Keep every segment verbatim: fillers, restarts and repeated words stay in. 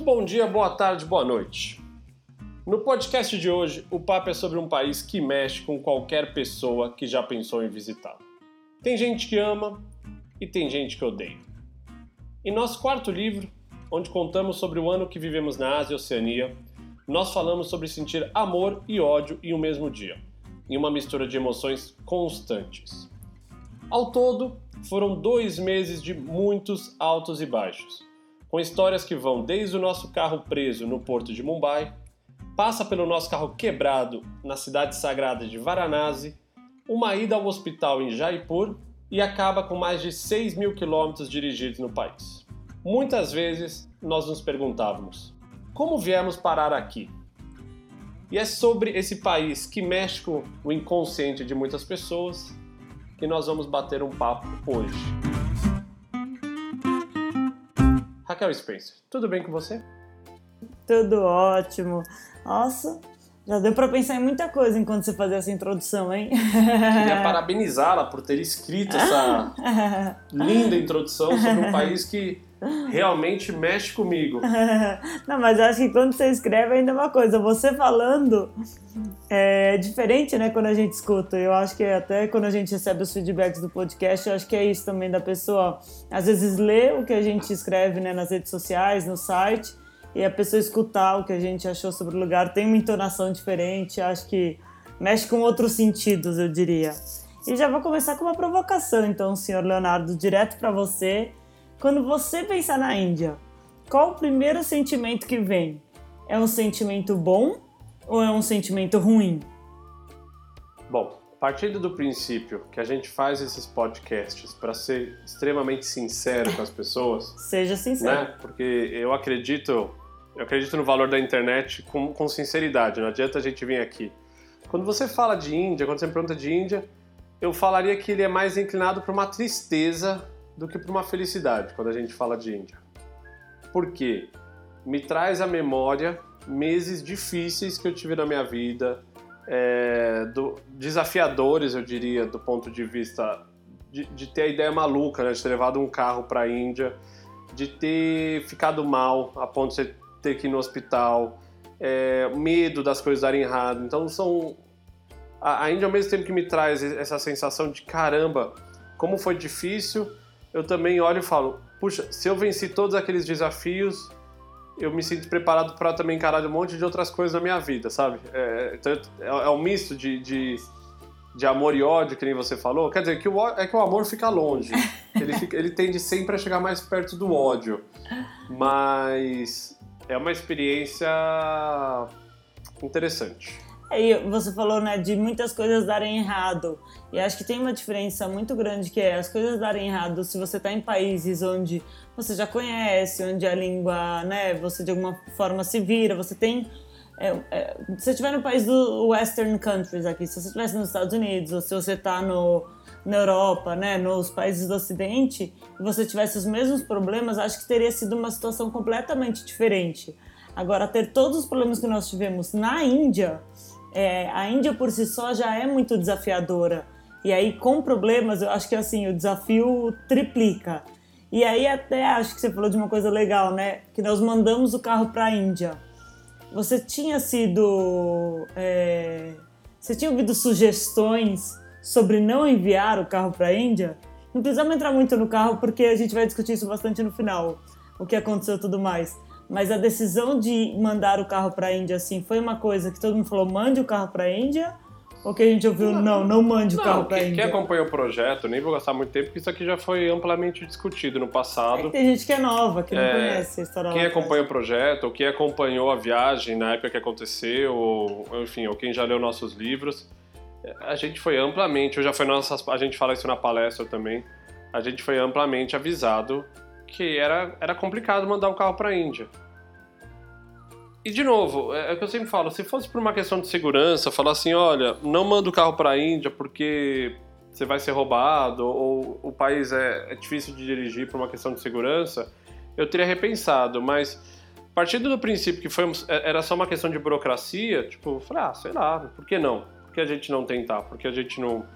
bom dia, boa tarde, boa noite. No podcast de hoje, o papo é sobre um país que mexe com qualquer pessoa que já pensou em visitá-lo. Tem gente que ama e tem gente que odeia. Em nosso quarto livro, onde contamos sobre o ano que vivemos na Ásia e Oceania, nós falamos sobre sentir amor e ódio em um mesmo dia, em uma mistura de emoções constantes. Ao todo, foram dois meses de muitos altos e baixos, com histórias que vão desde o nosso carro preso no porto de Mumbai, passa pelo nosso carro quebrado na cidade sagrada de Varanasi, uma ida ao hospital em Jaipur e acaba com mais de seis mil quilômetros dirigidos no país. Muitas vezes nós nos perguntávamos, como viemos parar aqui? E é sobre esse país que mexe com o inconsciente de muitas pessoas que nós vamos bater um papo hoje. Raquel Spencer, tudo bem com você? Tudo ótimo. Nossa, já deu pra pensar em muita coisa enquanto você fazia essa introdução, hein? Queria parabenizá-la por ter escrito essa linda introdução sobre um país que realmente mexe comigo. Não, mas eu acho que quando você escreve ainda é uma coisa. Você falando é diferente, né, quando a gente escuta. Eu acho que até quando a gente recebe os feedbacks do podcast, eu acho que é isso também da pessoa, às vezes, ler o que a gente escreve, né, nas redes sociais, no site, e a pessoa escutar o que a gente achou sobre o lugar. Tem uma entonação diferente, acho que mexe com outros sentidos, eu diria. E já vou começar com uma provocação, então, senhor Leonardo, direto para você. Quando você pensar na Índia, qual o primeiro sentimento que vem? É um sentimento bom ou é um sentimento ruim? Bom, partindo do princípio que a gente faz esses podcasts para ser extremamente sincero com as pessoas... Seja sincero. Né? Porque eu acredito, eu acredito no valor da internet com, com sinceridade, não adianta a gente vir aqui. Quando você fala de Índia, quando você me pergunta de Índia, eu falaria que ele é mais inclinado para uma tristeza do que para uma felicidade, quando a gente fala de Índia. Por quê? Me traz à memória meses difíceis que eu tive na minha vida, é, do, desafiadores, eu diria, do ponto de vista de, de ter a ideia maluca, né, de ter levado um carro para a Índia, de ter ficado mal a ponto de você ter que ir no hospital, é, medo das coisas darem errado. Então, são a, a Índia, ao mesmo tempo que me traz essa sensação de caramba, como foi difícil, eu também olho e falo, puxa, se eu venci todos aqueles desafios, eu me sinto preparado para também encarar um monte de outras coisas na minha vida, sabe? É, é, é um misto de, de, de amor e ódio, que nem você falou. Quer dizer, que o, é que o amor fica longe. Ele, fica, ele tende sempre a chegar mais perto do ódio. Mas é uma experiência interessante. E você falou, né, de muitas coisas darem errado. E acho que tem uma diferença muito grande, que é as coisas darem errado se você está em países onde você já conhece, onde a língua, né, você de alguma forma se vira, você tem... É, é, se você estiver no país do Western Countries aqui, se você estivesse nos Estados Unidos, ou se você está no, na Europa, né, nos países do Ocidente, e você tivesse os mesmos problemas, acho que teria sido uma situação completamente diferente. Agora, ter todos os problemas que nós tivemos na Índia... É, a Índia por si só já é muito desafiadora, e aí com problemas eu acho que assim, o desafio triplica. E aí até acho que você falou de uma coisa legal, né, que nós mandamos o carro para a Índia. Você tinha sido é, você tinha ouvido sugestões sobre não enviar o carro para a Índia? Não precisamos entrar muito no carro porque a gente vai discutir isso bastante no final, o que aconteceu e tudo mais. Mas a decisão de mandar o carro para a Índia, assim, foi uma coisa que todo mundo falou, mande o carro para a Índia? Ou que a gente ouviu, não, não, não mande não, o carro para a Índia? Quem acompanhou o projeto, nem vou gastar muito tempo, porque isso aqui já foi amplamente discutido no passado. É, tem gente que é nova, que não é, conhece a história. Quem acompanha o projeto, ou quem acompanhou a viagem na época que aconteceu, ou, enfim, ou quem já leu nossos livros, a gente foi amplamente, eu já foi nossas, a gente fala isso na palestra também, a gente foi amplamente avisado que era, era complicado mandar o carro para a Índia. E, de novo, é o que eu sempre falo, se fosse por uma questão de segurança, falar assim, olha, não manda o carro para a Índia porque você vai ser roubado, ou o país é, é difícil de dirigir por uma questão de segurança, eu teria repensado, mas partindo do princípio que foi, era só uma questão de burocracia, tipo, eu falei, ah, sei lá, por que não? Por que a gente não tentar? Por que a gente não...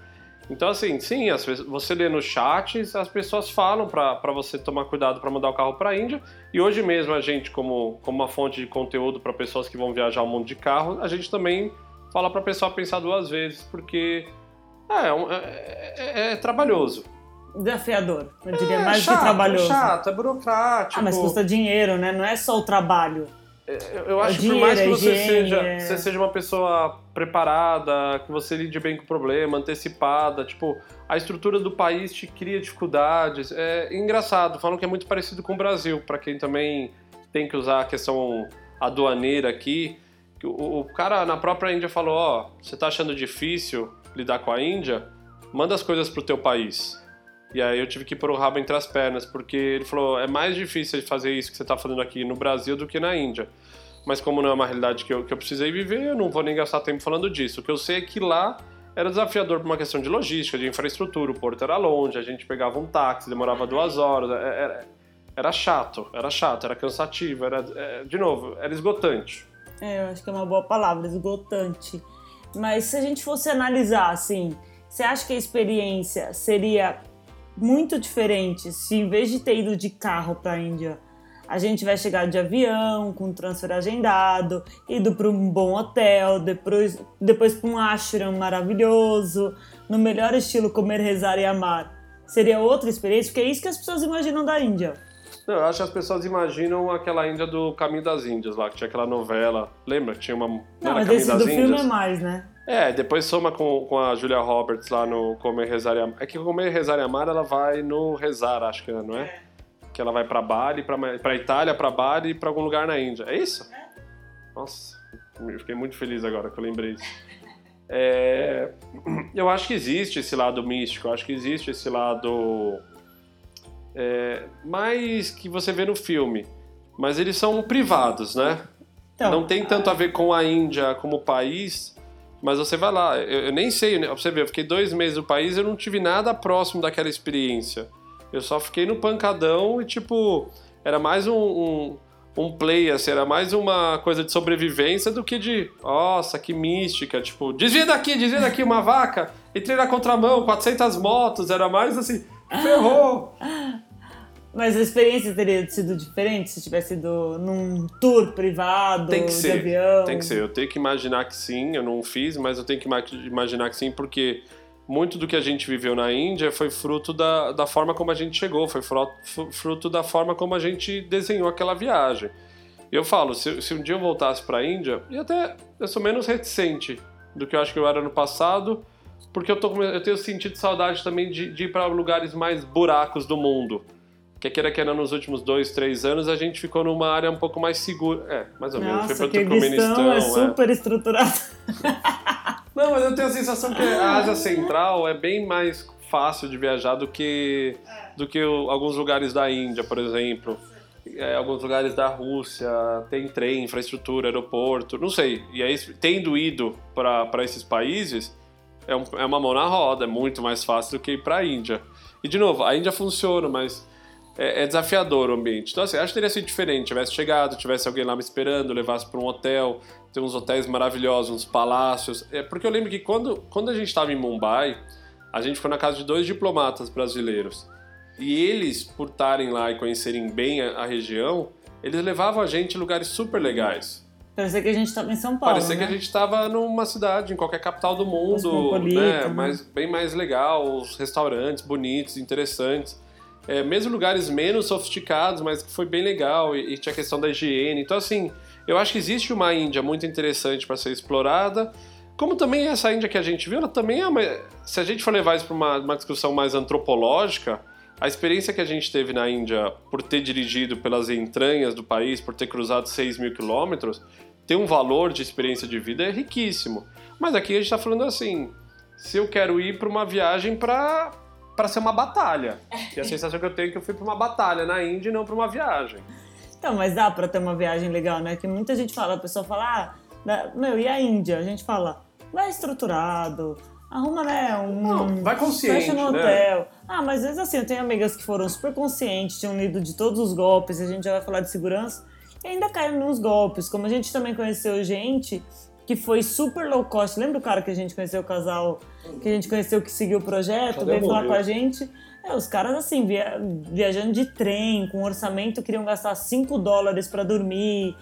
Então, assim, sim, as, você lê nos chats, as pessoas falam para você tomar cuidado para mandar o carro para a Índia. E hoje mesmo a gente, como, como uma fonte de conteúdo para pessoas que vão viajar o mundo de carro, a gente também fala para a pessoa pensar duas vezes, porque é, é, é, é trabalhoso. Desafiador, eu diria é, mais chato, que trabalhoso. É chato, é burocrático. Ah, mas custa dinheiro, né? Não é só o trabalho. Eu acho que por mais que você seja, você seja uma pessoa preparada, que você lide bem com o problema, antecipada, tipo, a estrutura do país te cria dificuldades. É engraçado, falam que é muito parecido com o Brasil, para quem também tem que usar a questão aduaneira aqui. O, o cara na própria Índia falou, ó, oh, você tá achando difícil lidar com a Índia? Manda as coisas pro teu país. E aí eu tive que pôr o rabo entre as pernas, porque ele falou, é mais difícil de fazer isso que você está fazendo aqui no Brasil do que na Índia. Mas como não é uma realidade que eu, que eu precisei viver, eu não vou nem gastar tempo falando disso. O que eu sei é que lá era desafiador por uma questão de logística, de infraestrutura, o porto era longe, a gente pegava um táxi, demorava duas horas, era, era chato, era chato, era cansativo, era, de novo, era esgotante. É, eu acho que é uma boa palavra, esgotante. Mas se a gente fosse analisar, assim, você acha que a experiência seria muito diferente se em vez de ter ido de carro para a Índia, a gente vai chegar de avião, com transfer agendado, ido para um bom hotel, depois, depois para um ashram maravilhoso, no melhor estilo comer, rezar e amar. Seria outra experiência, porque é isso que as pessoas imaginam da Índia. Não, eu acho que as pessoas imaginam aquela Índia do Caminho das Índias lá, que tinha aquela novela. Lembra? Tinha uma... Não, não mas esse do filme é mais, né? É, depois soma com, com a Julia Roberts lá no Comer, Rezar e Amar. É que o Comer, Rezar e Amar, ela vai no Rezar, acho que é, não é? é. Que ela vai pra Bali, pra, pra Itália, pra Bali e pra algum lugar na Índia. É isso? É. Nossa, eu fiquei muito feliz agora que eu lembrei disso. É, eu acho que existe esse lado místico, eu acho que existe esse lado é, mais que você vê no filme. Mas eles são privados, né? Então, não tem tanto a ver com a Índia como país... Mas você vai lá, eu, eu nem sei, né? Pra você ver, eu fiquei dois meses no país e eu não tive nada próximo daquela experiência. Eu só fiquei no pancadão e, tipo, era mais um, um, um play, assim, era mais uma coisa de sobrevivência do que de, nossa, que mística, tipo, desvia daqui, desvia daqui uma vaca, entrei na contramão, quatrocentas motos, era mais assim, ferrou! Mas a experiência teria sido diferente se tivesse ido num tour privado, tem que de ser, avião? Tem que ser, eu tenho que imaginar que sim, eu não fiz, mas eu tenho que imaginar que sim, porque muito do que a gente viveu na Índia foi fruto da, da forma como a gente chegou, foi fruto da forma como a gente desenhou aquela viagem. Eu falo, se, se um dia eu voltasse para a Índia, e até eu sou menos reticente do que eu acho que eu era no passado, porque eu, tô, eu tenho sentido saudade também de, de ir para lugares mais buracos do mundo. Que queira que era nos últimos dois, três anos, a gente ficou numa área um pouco mais segura. É, mais ou menos. Nossa, foi para o Turcomenistão é super é. estruturado. Não, mas eu tenho a sensação que a Ásia Central é bem mais fácil de viajar do que, do que o, alguns lugares da Índia, por exemplo. É, alguns lugares da Rússia, tem trem, infraestrutura, aeroporto, não sei. E aí, tendo ido para esses países, é, um, é uma mão na roda, é muito mais fácil do que ir para a Índia. E, de novo, a Índia funciona, mas... É, é desafiador o ambiente. Então, assim, acho que teria sido diferente. Tivesse chegado, tivesse alguém lá me esperando, levasse para um hotel. Tem uns hotéis maravilhosos, uns palácios. É porque eu lembro que quando, quando a gente estava em Mumbai, a gente foi na casa de dois diplomatas brasileiros. E eles, por estarem lá e conhecerem bem a, a região, eles levavam a gente em lugares super legais. Parecia que a gente estava em São Paulo, Parecia né? que a gente estava numa cidade, em qualquer capital do mundo, né? Mas bem mais legal, os restaurantes bonitos, interessantes. É, mesmo lugares menos sofisticados, mas que foi bem legal e, e tinha a questão da higiene. Então, assim, eu acho que existe uma Índia muito interessante para ser explorada, como também essa Índia que a gente viu, ela também é uma... Se a gente for levar isso para uma, uma discussão mais antropológica, a experiência que a gente teve na Índia por ter dirigido pelas entranhas do país, por ter cruzado seis mil quilômetros, tem um valor de experiência de vida riquíssimo. Mas aqui a gente está falando assim, se eu quero ir para uma viagem para... para ser uma batalha. E a sensação que eu tenho é que eu fui para uma batalha na Índia e não para uma viagem. Então, mas dá para ter uma viagem legal, né? Que muita gente fala, a pessoa fala, ah, meu, e a Índia? A gente fala, vai estruturado, arruma, né, um... Não, vai consciente, fecha no hotel. Né? Ah, mas às vezes assim, eu tenho amigas que foram super conscientes, tinham lido de todos os golpes, a gente já vai falar de segurança, e ainda caíram nos golpes. Como a gente também conheceu gente que foi super low cost. Lembra o cara que a gente conheceu, o casal que a gente conheceu que seguiu o projeto, veio falar com a gente? É, os caras assim, via, viajando de trem, com orçamento, queriam gastar cinco dólares para dormir,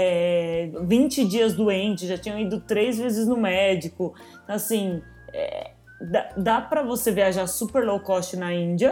é, vinte dias doentes, já tinham ido três vezes no médico. Assim, é, dá, dá para você viajar super low cost na Índia,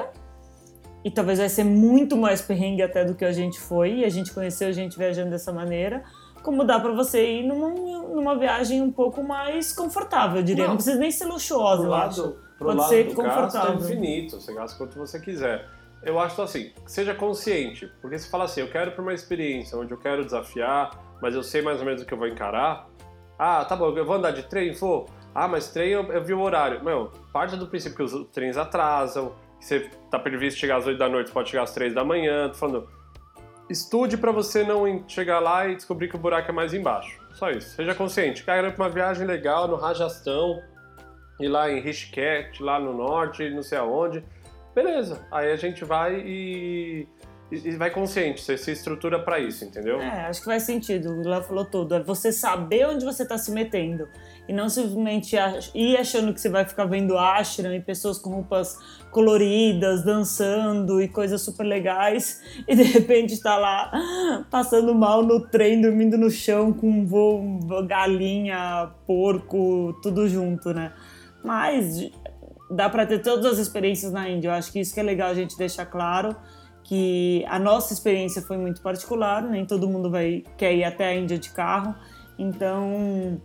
e talvez vai ser muito mais perrengue até do que a gente foi, e a gente conheceu a gente viajando dessa maneira, como dá pra você ir numa, numa viagem um pouco mais confortável, eu diria. Não, não precisa nem ser luxuosa, eu lado, acho. Pro Pode lado ser do confortável. Gasto é infinito, você gasta quanto você quiser. Eu acho assim, seja consciente, porque se fala assim, eu quero ir pra uma experiência onde eu quero desafiar, mas eu sei mais ou menos o que eu vou encarar. Ah, tá bom, eu vou andar de trem, vou. Ah, mas trem eu, eu vi o horário. Meu, parte do princípio que os trens atrasam, que você tá previsto chegar às oito da noite, pode chegar às três da manhã, tô falando... Estude para você não chegar lá e descobrir que o buraco é mais embaixo. Só isso. Seja consciente. Cara, uma viagem legal no Rajastão, ir lá em Rishikesh, lá no norte, não sei aonde. Beleza. Aí a gente vai e, e, e vai consciente. Você se estrutura para isso, entendeu? É, acho que faz sentido. O Léo falou tudo. É você saber onde você tá se metendo. E não simplesmente ir achando que você vai ficar vendo ashram e pessoas com roupas coloridas, dançando e coisas super legais, e de repente tá lá passando mal no trem, dormindo no chão com voo, galinha, porco, tudo junto, né? Mas dá pra ter todas as experiências na Índia. Eu acho que isso que é legal a gente deixar claro, que a nossa experiência foi muito particular, nem todo mundo vai, quer ir até a Índia de carro, então...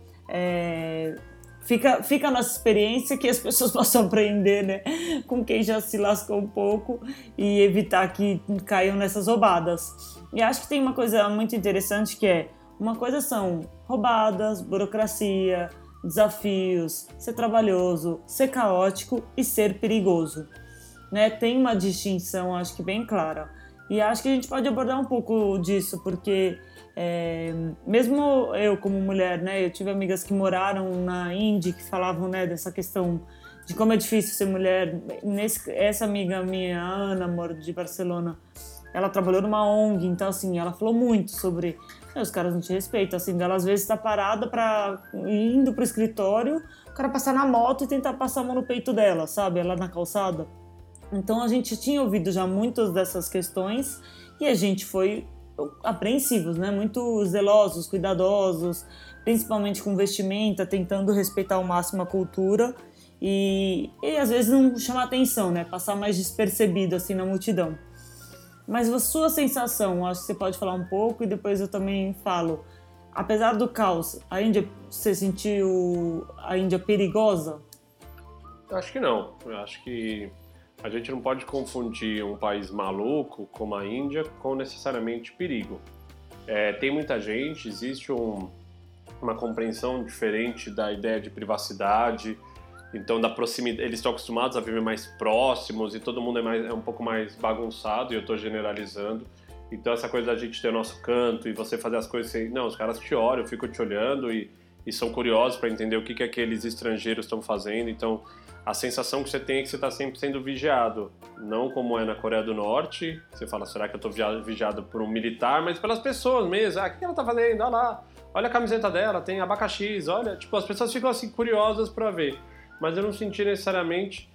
É, fica, fica a nossa experiência, que as pessoas possam aprender, né, com quem já se lascou um pouco e evitar que caiam nessas roubadas. E acho que tem uma coisa muito interessante que é, uma coisa são roubadas, burocracia, desafios, ser trabalhoso, ser caótico e ser perigoso, né? Tem uma distinção, acho que bem clara. E acho que a gente pode abordar um pouco disso, porque é, mesmo eu como mulher, né, eu tive amigas que moraram na Índia, que falavam, né, dessa questão de como é difícil ser mulher. Nesse, essa amiga minha, a Ana, mora de Barcelona, ela trabalhou numa O N G, então assim, ela falou muito sobre, né, os caras não te respeitam, assim, ela às vezes tá parada pra, indo pro escritório, o cara passar na moto e tentar passar a mão no peito dela, sabe, ela na calçada. Então a gente tinha ouvido já muitas dessas questões e a gente foi apreensivos, né? Muito zelosos, cuidadosos, principalmente com vestimenta, tentando respeitar ao máximo a cultura e, e às vezes não chamar atenção, né? Passar mais despercebido assim na multidão. Mas a sua sensação, acho que você pode falar um pouco e depois eu também falo. Apesar do caos, a Índia, você sentiu a Índia perigosa? Eu acho que não. Eu acho que a gente não pode confundir um país maluco como a Índia com necessariamente perigo. É, tem muita gente, existe um, uma compreensão diferente da ideia de privacidade, então da proximidade, eles estão acostumados a viver mais próximos e todo mundo é, mais, é um pouco mais bagunçado, e eu estou generalizando. Então essa coisa da gente ter o nosso canto e você fazer as coisas sem... Não, os caras te olham, eu fico te olhando e, e são curiosos para entender o que, que aqueles estrangeiros estão fazendo, então... A sensação que você tem é que você está sempre sendo vigiado, não como é na Coreia do Norte, você fala, será que eu estou vigiado por um militar, mas pelas pessoas mesmo, ah, o que ela está fazendo, olha lá, olha a camiseta dela, tem abacaxis, olha, tipo, as pessoas ficam assim curiosas para ver, mas eu não senti necessariamente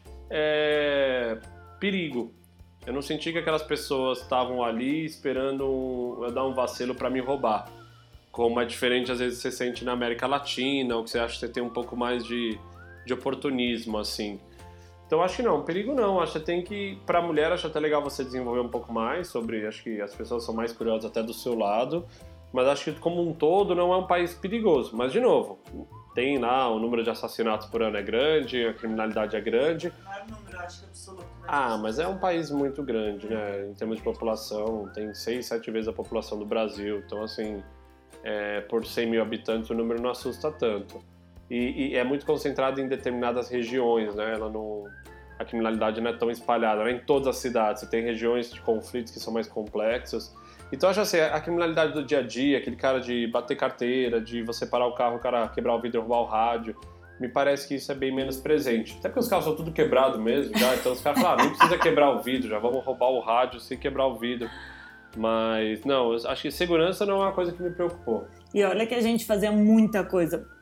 é, perigo, eu não senti que aquelas pessoas estavam ali esperando um, eu dar um vacilo para me roubar, como é diferente às vezes você sente na América Latina, ou que você acha que você tem um pouco mais de de oportunismo, assim. Então, acho que não, perigo não. Acho que tem que, pra mulher, acho até legal você desenvolver um pouco mais sobre, acho que as pessoas são mais curiosas até do seu lado, mas acho que como um todo não é um país perigoso. Mas, de novo, tem lá, o número de assassinatos por ano é grande, a criminalidade é grande. Não é o número, acho que é absoluto. Ah, mas é um país muito grande, né? Em termos de população, tem seis, sete vezes a população do Brasil. Então, assim, é, por cem mil habitantes, o número não assusta tanto. E, e é muito concentrado em determinadas regiões, né? Ela não, a criminalidade não é tão espalhada, não é em todas as cidades. Você tem regiões de conflitos que são mais complexos. Então, acho assim, a criminalidade do dia a dia, aquele cara de bater carteira, de você parar o carro, o cara quebrar o vidro e roubar o rádio, me parece que isso é bem menos presente. Até porque os carros são tudo quebrado mesmo, já. Então os caras falam, ah, não precisa quebrar o vidro, já vamos roubar o rádio sem quebrar o vidro. Mas, não, eu acho que segurança não é uma coisa que me preocupou. E olha que a gente fazia muita coisa.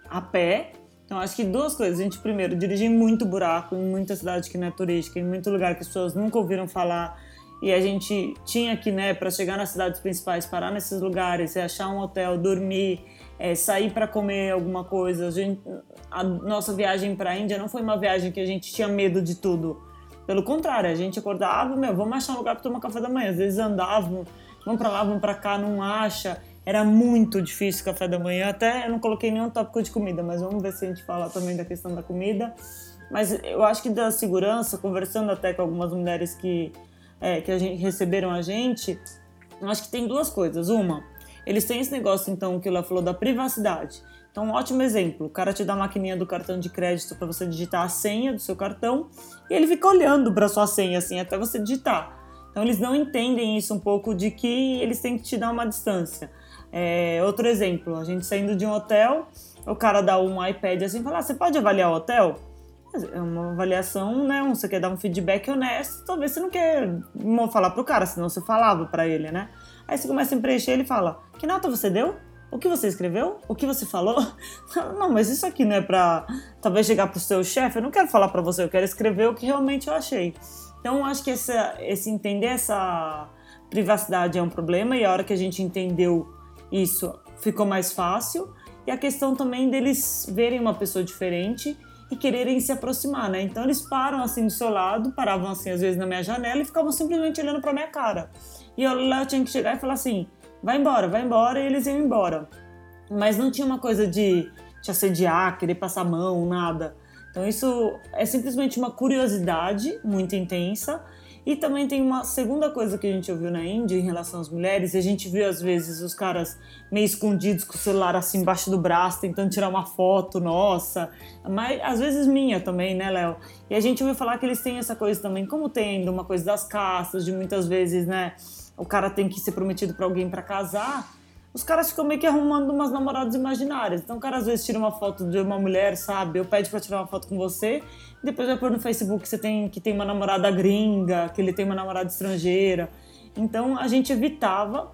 a pé. Então, acho que duas coisas. A gente, primeiro, dirige em muito buraco, em muita cidade que não é turística, em muito lugar que as pessoas nunca ouviram falar. E a gente tinha que, né, para chegar nas cidades principais, parar nesses lugares, achar um hotel, dormir, é, sair para comer alguma coisa. A, gente, a nossa viagem para a Índia não foi uma viagem que a gente tinha medo de tudo. Pelo contrário, a gente acordava, meu, vamos achar um lugar para tomar café da manhã. Às vezes andavam, vamos para lá, vamos para cá, não acha. Era muito difícil o café da manhã. Até eu não coloquei nenhum tópico de comida, mas vamos ver se a gente fala também da questão da comida. Mas eu acho que da segurança, conversando até com algumas mulheres que, é, que a gente, receberam a gente, eu acho que tem duas coisas. Uma, eles têm esse negócio, então, que ela falou da privacidade. Então, um ótimo exemplo. O cara te dá a maquininha do cartão de crédito para você digitar a senha do seu cartão e ele fica olhando para sua senha, assim, até você digitar. Então, eles não entendem isso um pouco de que eles têm que te dar uma distância. É, outro exemplo, a gente saindo de um hotel, o cara dá um iPad assim e fala, ah, você pode avaliar o hotel? É uma avaliação, né? Você quer dar um feedback honesto, talvez você não quer falar pro cara, senão você falava pra ele, né? Aí você começa a preencher, ele fala, que nota você deu? O que você escreveu? O que você falou? Não, mas isso aqui não é pra talvez chegar pro seu chefe, eu não quero falar pra você, eu quero escrever o que realmente eu achei. Então, acho que essa, esse entender essa privacidade é um problema, e a hora que a gente entendeu isso, ficou mais fácil. E a questão também deles verem uma pessoa diferente e quererem se aproximar, né? Então eles param assim do seu lado, paravam assim às vezes na minha janela e ficavam simplesmente olhando pra minha cara. E eu lá eu tinha que chegar e falar assim, vai embora, vai embora, e eles iam embora. Mas não tinha uma coisa de te assediar, querer passar a mão, nada. Então isso é simplesmente uma curiosidade muito intensa. E também tem uma segunda coisa que a gente ouviu na Índia em relação às mulheres, e a gente viu às vezes os caras meio escondidos com o celular assim embaixo do braço, tentando tirar uma foto nossa, mas às vezes minha também, né, Léo? E a gente ouviu falar que eles têm essa coisa também, como tem uma coisa das castas, de muitas vezes, né, o cara tem que ser prometido pra alguém pra casar, os caras ficam meio que arrumando umas namoradas imaginárias. Então o cara às vezes tira uma foto de uma mulher, sabe? Eu pede pra tirar uma foto com você, e depois vai pôr no Facebook que você tem, que tem uma namorada gringa, que ele tem uma namorada estrangeira. Então a gente evitava.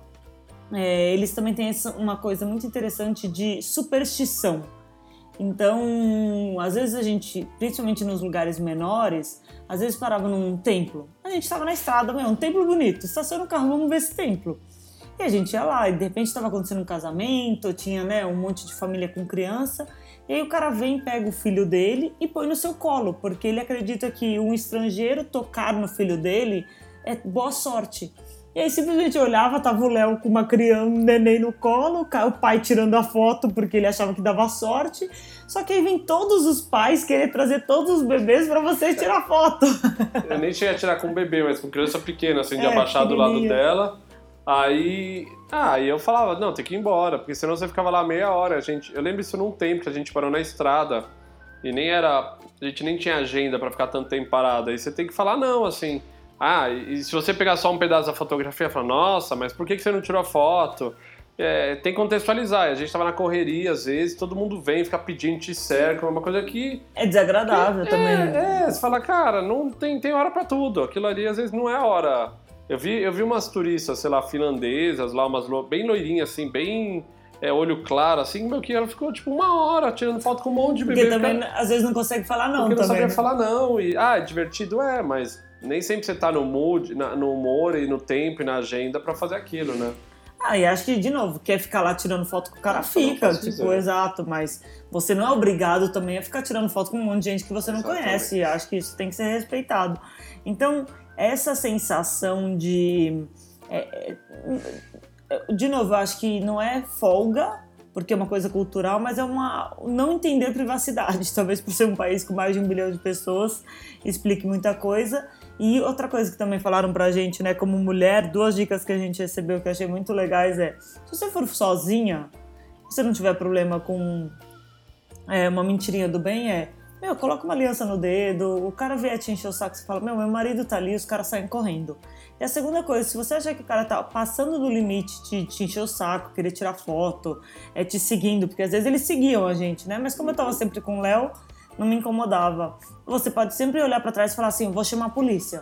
É, eles também têm essa, uma coisa muito interessante de superstição. Então, às vezes a gente, principalmente nos lugares menores, às vezes parava num templo. A gente estava na estrada, meu, um templo bonito, estaciona o carro, vamos ver esse templo. E a gente ia lá, e de repente estava acontecendo um casamento, tinha, né, um monte de família com criança, e aí o cara vem, pega o filho dele e põe no seu colo, porque ele acredita que um estrangeiro tocar no filho dele é boa sorte. E aí simplesmente eu olhava, tava o Léo com uma criança, um neném no colo, o pai tirando a foto porque ele achava que dava sorte, só que aí vem todos os pais querer trazer todos os bebês pra vocês tirar foto. Eu nem cheguei a tirar com bebê, mas com criança pequena, assim, de é, abaixar do lado dela. Aí, ah, aí eu falava, não, tem que ir embora, porque senão você ficava lá meia hora. A gente, eu lembro isso num tempo que a gente parou na estrada e nem era, a gente nem tinha agenda pra ficar tanto tempo parado. Aí você tem que falar não, assim. Ah, e se você pegar só um pedaço da fotografia, fala, nossa, mas por que você não tirou a foto? É, tem que contextualizar. A gente tava na correria, às vezes, todo mundo vem, fica pedindo, te cerca, uma coisa que... É desagradável que, também. É, é, você fala, cara, não tem, tem hora pra tudo. Aquilo ali, às vezes, não é hora... Eu vi, eu vi umas turistas, sei lá, finlandesas lá, umas lo... bem loirinhas, assim, bem é, olho claro, assim, meu, que ela ficou, tipo, uma hora tirando foto com um monte de bebê. Porque também, às vezes, não consegue falar não porque também. não sabia né? falar não. E, ah, é divertido, é, mas nem sempre você tá no mood, na, no humor e no tempo e na agenda pra fazer aquilo, né? Ah, e acho que, de novo, quer ficar lá tirando foto com o cara, fica, tipo, dizer. Exato, mas você não é obrigado também a ficar tirando foto com um monte de gente que você não Exatamente. Conhece, e acho que isso tem que ser respeitado. Então, essa sensação de... É, é, de novo, eu acho que não é folga, porque é uma coisa cultural, mas é uma não entender privacidade, talvez por ser um país com mais de um bilhão de pessoas, explique muita coisa. E outra coisa que também falaram pra gente, né, como mulher, duas dicas que a gente recebeu que eu achei muito legais é, se você for sozinha, se você não tiver problema com é, uma mentirinha do bem, é, meu, coloca uma aliança no dedo, o cara vier te encher o saco, você fala, meu, meu marido tá ali, os caras saem correndo. E a segunda coisa, se você achar que o cara tá passando do limite, te, te encher o saco, querer tirar foto, é te seguindo, porque às vezes eles seguiam a gente, né, mas como eu tava sempre com o Léo, não me incomodava. Você pode sempre olhar pra trás e falar assim, eu vou chamar a polícia.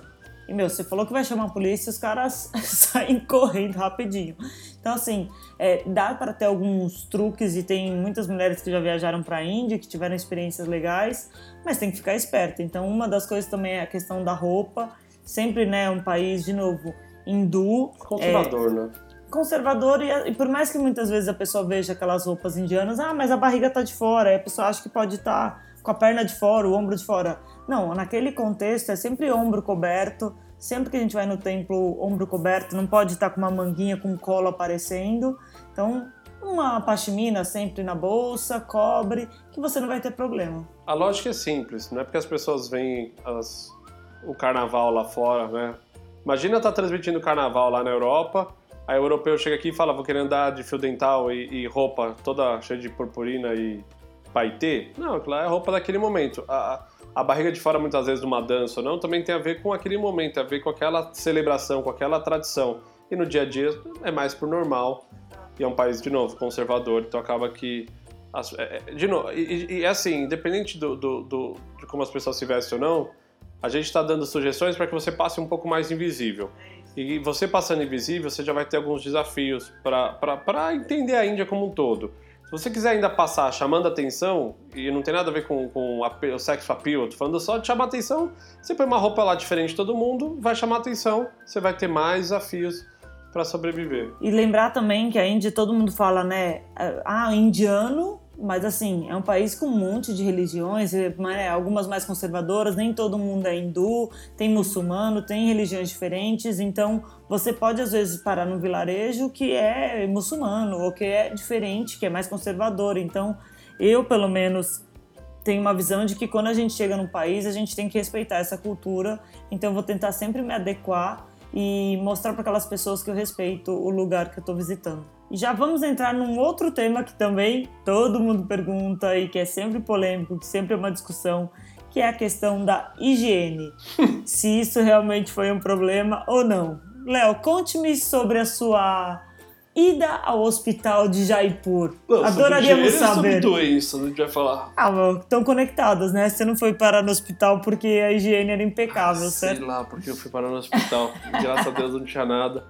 E, meu, você falou que vai chamar a polícia, os caras saem correndo rapidinho. Então, assim, é, dá para ter alguns truques e tem muitas mulheres que já viajaram para a Índia, que tiveram experiências legais, mas tem que ficar esperta. Então, uma das coisas também é a questão da roupa. Sempre, né, um país, de novo, hindu. Conservador, é, né? Conservador, e, e por mais que muitas vezes a pessoa veja aquelas roupas indianas, ah, mas a barriga tá de fora, aí a pessoa acha que pode estar com a perna de fora, o ombro de fora. Não, naquele contexto é sempre ombro coberto, sempre que a gente vai no templo, ombro coberto, não pode estar com uma manguinha com colo aparecendo. Então, uma pashmina sempre na bolsa, cobre, que você não vai ter problema. A lógica é simples, não é porque as pessoas veem as, o carnaval lá fora, né? Imagina estar transmitindo o carnaval lá na Europa, aí o europeu chega aqui e fala, vou querer andar de fio dental e, e roupa toda cheia de purpurina e paetê. Não, aquilo lá é roupa daquele momento. A, a barriga de fora, muitas vezes, numa dança ou não, também tem a ver com aquele momento, tem a ver com aquela celebração, com aquela tradição. E no dia a dia é mais por normal. E é um país, de novo, conservador, então acaba que... As, é, de novo, e, e assim, independente do, do, do, de como as pessoas se vestem ou não, a gente está dando sugestões para que você passe um pouco mais invisível. E você passando invisível, você já vai ter alguns desafios para entender a Índia como um todo. Se você quiser ainda passar chamando atenção, e não tem nada a ver com, com o sex appeal, tô falando só de chamar atenção, você põe uma roupa lá diferente de todo mundo, vai chamar atenção, você vai ter mais desafios para sobreviver. E lembrar também que a Índia, todo mundo fala, né, ah, indiano, mas assim, é um país com um monte de religiões, né, algumas mais conservadoras, nem todo mundo é hindu, tem muçulmano, tem religiões diferentes, então você pode às vezes parar num vilarejo que é muçulmano, ou que é diferente, que é mais conservador. Então eu, pelo menos, tenho uma visão de que quando a gente chega num país, a gente tem que respeitar essa cultura, então eu vou tentar sempre me adequar e mostrar para aquelas pessoas que eu respeito o lugar que eu estou visitando. E já vamos entrar num outro tema que também todo mundo pergunta e que é sempre polêmico, que sempre é uma discussão, que é a questão da higiene. Se isso realmente foi um problema ou não. Léo, conte-me sobre a sua ida ao hospital de Jaipur. Não, adoraríamos sobre saber. Sobre doença, a gente vai falar. Ah, estão conectadas, né? Você não foi parar no hospital porque a higiene era impecável, ah, certo? Sei lá, porque eu fui parar no hospital. Graças a Deus não tinha nada.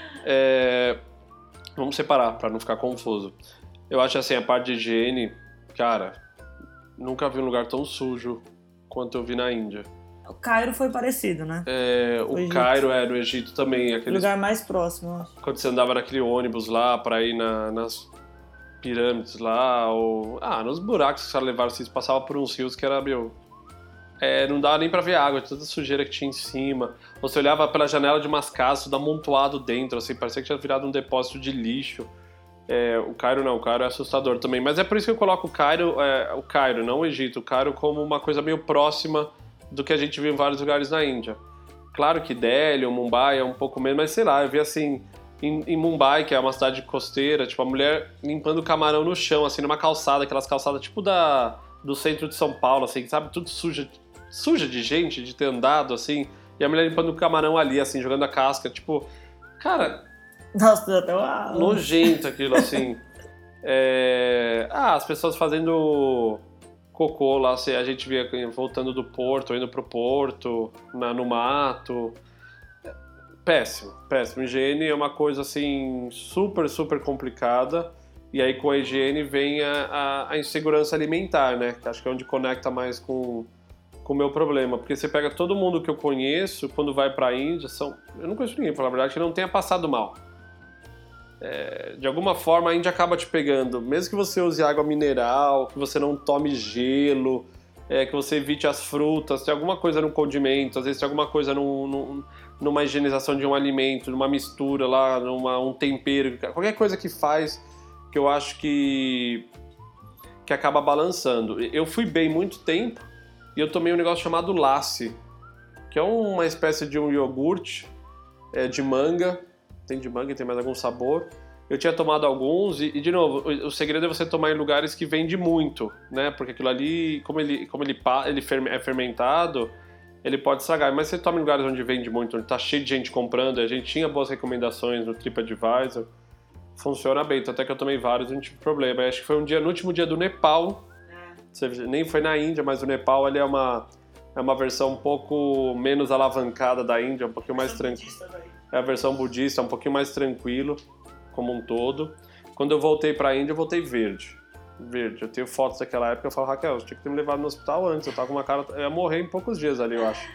É... Vamos separar, pra não ficar confuso. Eu acho assim, a parte de higiene, cara, nunca vi um lugar tão sujo quanto eu vi na Índia. O Cairo foi parecido, né? É, o, o Cairo é no Egito também. O lugar mais próximo, eu acho. Quando você andava naquele ônibus lá pra ir na, nas pirâmides lá, ou... Ah, nos buracos que você levava, você passava por uns rios que era, meu... É, não dava nem pra ver água, toda a sujeira que tinha em cima. Você olhava pela janela de umas casas, tudo amontoado dentro, assim, parecia que tinha virado um depósito de lixo. É, o Cairo não, o Cairo é assustador também. Mas é por isso que eu coloco o Cairo, é, o Cairo, não o Egito, o Cairo como uma coisa meio próxima do que a gente viu em vários lugares na Índia. Claro que Delhi ou Mumbai é um pouco menos, mas sei lá, eu vi assim, em, em Mumbai, que é uma cidade costeira, tipo, a mulher limpando camarão no chão, assim, numa calçada, aquelas calçadas tipo da, do centro de São Paulo, assim, sabe, tudo suja, suja de gente, de ter andado, assim, e a mulher limpando o camarão ali, assim, jogando a casca, tipo, cara... Nossa, até uma... nojento aquilo, assim. É... Ah, as pessoas fazendo cocô lá, assim, a gente via voltando do porto, indo pro porto, na, no mato. Péssimo, péssimo. Higiene é uma coisa, assim, super, super complicada. E aí com a higiene vem a, a, a insegurança alimentar, né? Que acho que é onde conecta mais com... com o meu problema, porque você pega todo mundo que eu conheço, quando vai pra Índia, são... eu não conheço ninguém, pela verdade, que não tenha passado mal. É... de alguma forma a Índia acaba te pegando, mesmo que você use água mineral, que você não tome gelo, é, que você evite as frutas, tem alguma coisa no condimento, às vezes tem alguma coisa num, num, numa higienização de um alimento, numa mistura lá, numa, um tempero, qualquer coisa que faz, que eu acho que, que acaba balançando. Eu fui bem muito tempo, e eu tomei um negócio chamado lassi, que é uma espécie de um iogurte é, de manga, tem de manga e tem mais algum sabor. Eu tinha tomado alguns e, e de novo, o, o segredo é você tomar em lugares que vende muito, né? Porque aquilo ali, como ele, como ele, ele é fermentado, ele pode estragar. Mas você toma em lugares onde vende muito, onde tá cheio de gente comprando, a gente tinha boas recomendações no TripAdvisor, funciona bem, até que eu tomei vários e não tive problema. Eu acho que foi um dia, no último dia do Nepal, você nem foi na Índia, mas o Nepal ele é uma, é uma versão um pouco menos alavancada da Índia, um pouquinho mais tranquila. É a versão budista, um pouquinho mais tranquilo, como um todo. Quando eu voltei pra Índia, eu voltei verde. Verde. Eu tenho fotos daquela época, eu falo, Raquel, você tinha que ter me levado no hospital antes, eu tava com uma cara... Eu ia morrer em poucos dias ali, eu acho.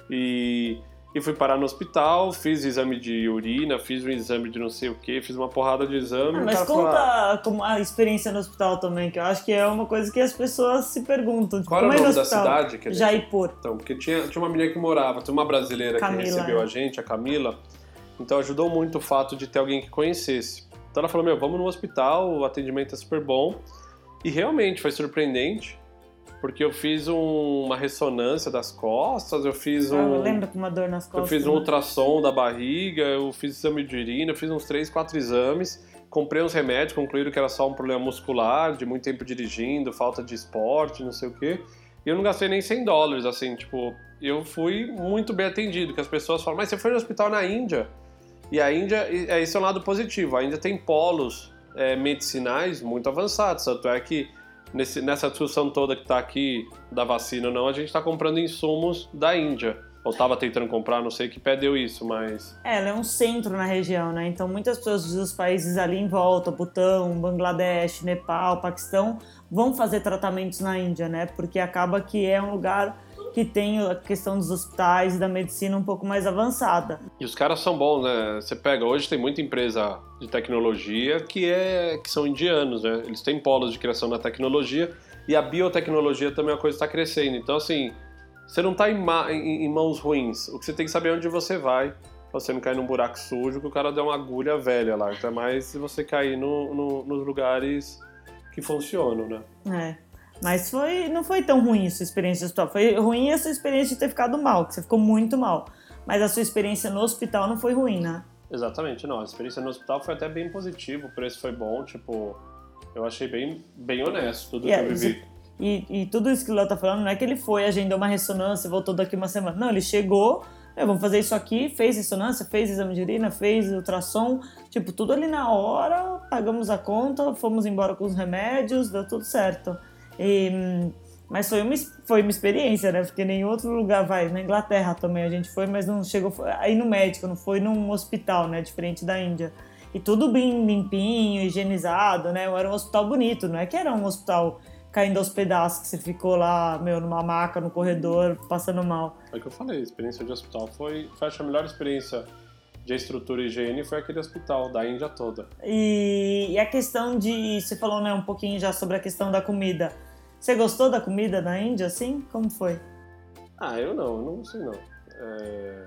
E... E fui parar no hospital, fiz exame de urina, fiz um exame de não sei o que, fiz uma porrada de exame. Ah, mas conta falou, como a experiência no hospital também, que eu acho que é uma coisa que as pessoas se perguntam. Tipo, qual era o nome da cidade? Que Jaipur. Então, porque tinha, tinha uma menina que morava, tinha uma brasileira Camila, que recebeu é. a gente, a Camila. Então ajudou muito o fato de ter alguém que conhecesse. Então ela falou, meu, vamos no hospital, o atendimento é super bom. E realmente foi surpreendente. Porque eu fiz um, uma ressonância das costas, eu fiz um... Ah, eu lembro com uma dor nas costas. Eu fiz um né? ultrassom da barriga, eu fiz exame de urina, eu fiz uns três, quatro exames, comprei uns remédios, concluíram que era só um problema muscular, de muito tempo dirigindo, falta de esporte, não sei o quê. E eu não gastei nem cem dólares, assim, tipo... Eu fui muito bem atendido, que as pessoas falam, mas você foi no hospital na Índia? E a Índia, esse é um lado positivo, a Índia tem polos é, medicinais muito avançados, tanto é que Nesse, nessa discussão toda que está aqui da vacina ou não, a gente está comprando insumos da Índia. Ou estava tentando comprar, não sei que pé deu isso, mas... É, ela é um centro na região, né? Então muitas pessoas dos países ali em volta, Butão, Bangladesh, Nepal, Paquistão, vão fazer tratamentos na Índia, né? Porque acaba que é um lugar que tem a questão dos hospitais e da medicina um pouco mais avançada. E os caras são bons, né? Você pega, hoje tem muita empresa de tecnologia que, é, que são indianos, né? Eles têm polos de criação na tecnologia e a biotecnologia também é uma coisa que está crescendo. Então, assim, você não está em, em, em mãos ruins. O que você tem que saber é onde você vai, pra você não cair num buraco sujo que o cara deu uma agulha velha lá. Então é mais se você cair no, no, nos lugares que funcionam, né? É. Mas foi, não foi tão ruim a sua experiência no hospital. Foi ruim a sua experiência de ter ficado mal, que você ficou muito mal. Mas a sua experiência no hospital não foi ruim, né? Exatamente, não. A experiência no hospital foi até bem positiva, o preço foi bom, tipo... Eu achei bem, bem honesto tudo e que eu vivi. E, e tudo isso que o Léo tá falando, não é que ele foi, agendou uma ressonância e voltou daqui uma semana. Não, ele chegou, é, vamos fazer isso aqui, fez ressonância, fez exame de urina, fez ultrassom, tipo, tudo ali na hora, pagamos a conta, fomos embora com os remédios, deu tudo certo. E, mas foi uma, foi uma experiência, né? Porque nem outro lugar vai. Na Inglaterra também a gente foi, mas não chegou aí no médico, não foi num hospital, né? Diferente da Índia. E tudo bem limpinho, higienizado, né? Era um hospital bonito, não é que era um hospital caindo aos pedaços, que você ficou lá, meu, numa maca, no corredor, passando mal. É o que eu falei, a experiência de hospital foi, foi acho, a melhor experiência de estrutura e higiene foi aquele hospital da Índia toda. E, e a questão de... Você falou, né, um pouquinho já sobre a questão da comida. Você gostou da comida da Índia, assim? Como foi? Ah, eu não, eu não gostei não. É...